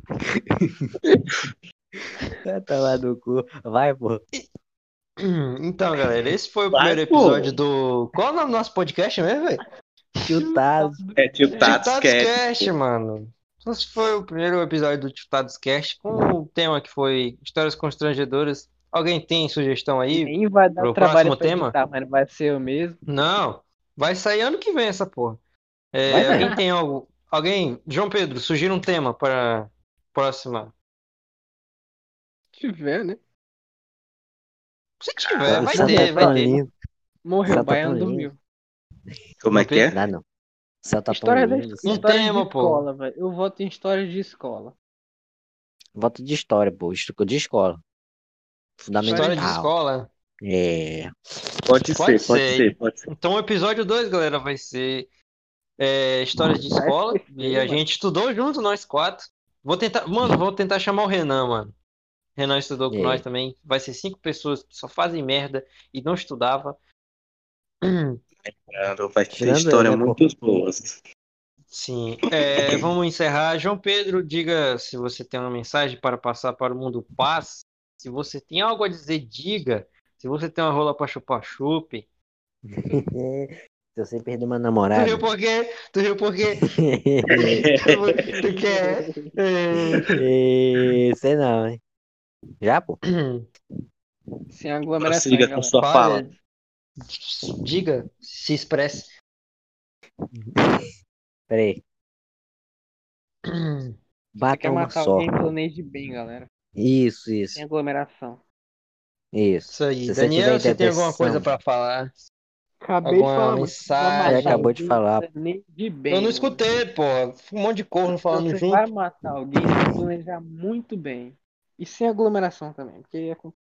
Vai tomar no cu. Vai, pô. Então, galera, esse foi o Vai, primeiro pô. episódio do. Qual é o nome do nosso podcast mesmo, velho? Chutado. É tio Tatos Chutados Cast. Cast, mano. Esse foi o primeiro episódio do Chutados Cast com o tema que foi histórias constrangedoras. Alguém tem sugestão aí Nem vai dar pro trabalho próximo pra tema? editar, mas vai ser eu mesmo. Não, vai sair ano que vem essa porra. Vai É, alguém mesmo. tem algo? Alguém? João Pedro, sugira um tema para próxima. Se tiver, né? Se tiver, O vai céu tá ter, vai tão ter. lindo. O Morreu, céu o tá tão baiano lindo. dormiu. Como é que é? Dá não. O céu tá tão História, lindo. Um história de tema, pô. escola, velho. Eu voto em história de escola. Voto de história, pô. De escola. História de Fundamental. escola. É. Pode Pode ser, pode ser. ser, pode ser. Então o episódio 2, galera, vai ser histórias de Vai escola. esquecer, E a mano. gente estudou junto, nós quatro. Vou tentar chamar o Renan, mano. O Renan estudou com nós É. também. Vai ser 5 pessoas que só fazem merda e não estudava. Vai ter Tirando história eu, né, pô? muito boas. Sim. Vamos encerrar. João Pedro, diga se você tem uma mensagem para passar para o mundo paz. Se você tem algo a dizer, diga. Se você tem uma rola para chupar, chupe. Se você perder uma Tu namorada. riu por quê? Tu riu por quê? Tu quer? Sei não, hein? Já, pô? Sem aglomeração, hein, Prossiga com galera. sua fala. Fale, diga, se expresse. Pera aí. Você Bata quer uma matar só. alguém, planeje bem, galera. Isso, Sem isso. aglomeração. Isso. Isso aí. Se você tiver Daniel, você tem alguma coisa interpretação. para falar? Acabei de Alguma falar, mano. Você vai Ele mensagem? matar acabou de alguém, falar. planeje bem, Eu não mano. escutei, pô. Um monte de corno Se falando você vai junto. matar alguém, tem que planejar muito bem. E sem aglomeração também, porque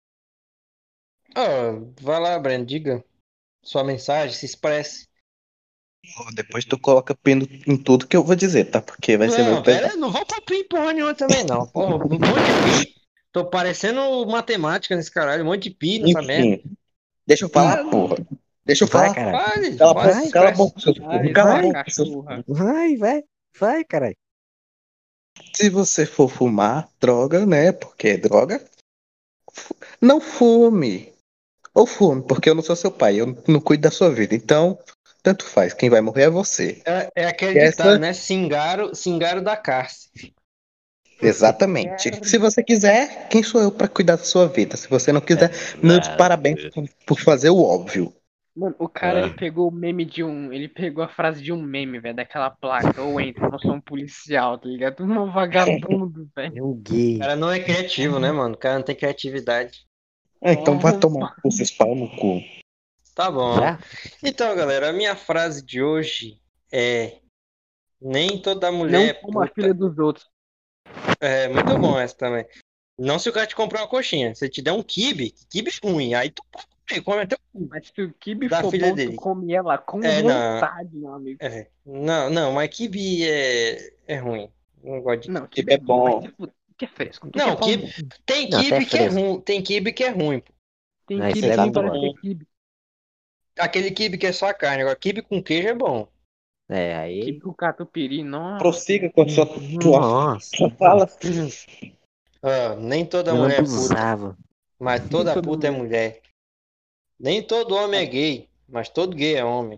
Vai lá, Breno, diga sua mensagem, se expresse. Depois tu coloca pino em tudo que eu vou dizer, tá? Porque vai ser Não, meio pesado. velho, não vou pra pi porra nenhuma também, não. Porra, um monte de pi. Tô parecendo matemática nesse caralho, um monte de pi nessa merda. Enfim, deixa eu falar, porra. Deixa eu Vai, falar. caralho. Fale, Cala a fale, boca, se cala a expresse. boca, seus Ai, burros. Cala a vai, boca, seus cachorra. burros. Vai, caralho. Se você for fumar droga, né? Porque é droga, não fume. Ou fume, porque eu não sou seu pai, eu não cuido da sua vida. Então, tanto faz, quem vai morrer é você. É aquele E ditado, essa, né? Singaro da cárcere. exatamente. Quer- Se você quiser, quem sou eu pra cuidar da sua vida? Se você não quiser, meus parabéns por fazer o óbvio. Mano, o cara, ele pegou o meme de um. Ele pegou a frase de um meme, velho, daquela placa. Ou entra, eu não sou um policial, tá ligado? Um vagabundo, velho. É um O gay. cara não é criativo, né, mano? O cara não tem criatividade. Então vai tomar esses pau no cu. Tá bom. Já? Então, galera, a minha frase de hoje é: nem toda Não mulher é como a puta. filha dos outros. É muito bom essa também. Não se o cara te comprar uma coxinha. Se ele te der um quibe é ruim. Aí tu Ele come até o cu Mas se o quibe da for filha bom, tu dele. come ela com Não. vontade, meu amigo. Não, mas quibe é ruim. Não gosto de Não, Quibe quibe é é bom, mas bom. que é fresco. Tu Não, quer pau no quibe, tem Não, até quibe que é fresco. ruim. Tem quibe que é ruim, pô. Tem Não, esse quibe é que nem muito parece bom. que é quibe. Aquele quibe que é só a carne. Agora, quibe com queijo é bom. É, aí. Quibe com catupiry, nossa. Prossiga com a Nossa, sua fala. Nem toda eu mulher é puta, abusava. mas toda Toda puta é mulher. mulher. Nem todo homem é gay, mas todo gay é homem.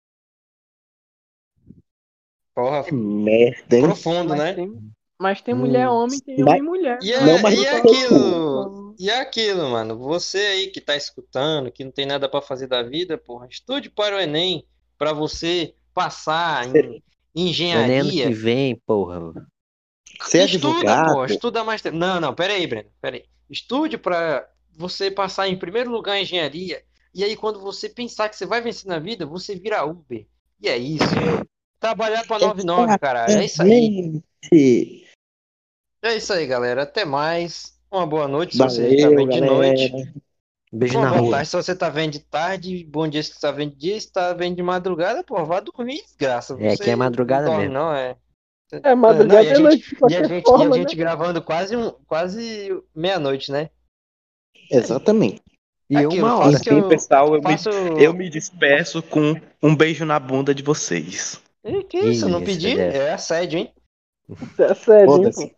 Porra, Que merda, hein? profundo, Mas né? tem, mas tem mulher Hum, homem, tem Mas, homem mulher. E, não, Não, mas é, não e não é seu coloca cu. aquilo, e é aquilo, mano. Você aí que tá escutando, que não tem nada pra fazer da vida, porra, estude para o Enem, pra você passar em não é nem ano que engenharia. vem, porra. Ser Estuda, pô, advogado, estuda mais tempo. Não, pera aí, Breno, pera aí. Estude pra você passar em primeiro lugar em engenharia. E aí, quando você pensar que você vai vencer na vida, você vira Uber. E é isso. Trabalhar pra 99, caralho. É isso aí. exatamente. É isso aí, galera. Até mais. Uma boa noite se você está Valeu, vendo de noite. galera. Beijo Uma na boa rua. tarde se você está vendo de tarde. Bom dia se você está vendo de dia. Se está vendo de madrugada, pô, vá dormir, desgraça. É, aqui é Você não madrugada dorme, mesmo. não, é. É Não, madrugada é noite de qualquer e a forma, né? gente gravando quase meia-noite, né? Exatamente. E Aquilo, 1 hora. Enfim, pessoal, faço. eu me despeço com um beijo na bunda de vocês. Ih, que isso? Eu não Ih, essa pedi? dessa. É assédio, hein? Isso é sério, hein, pô? Foda-se.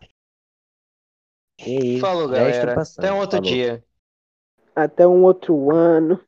Que isso. Falou, Já estou galera. Até passando. um outro Falou. dia. Até um outro ano.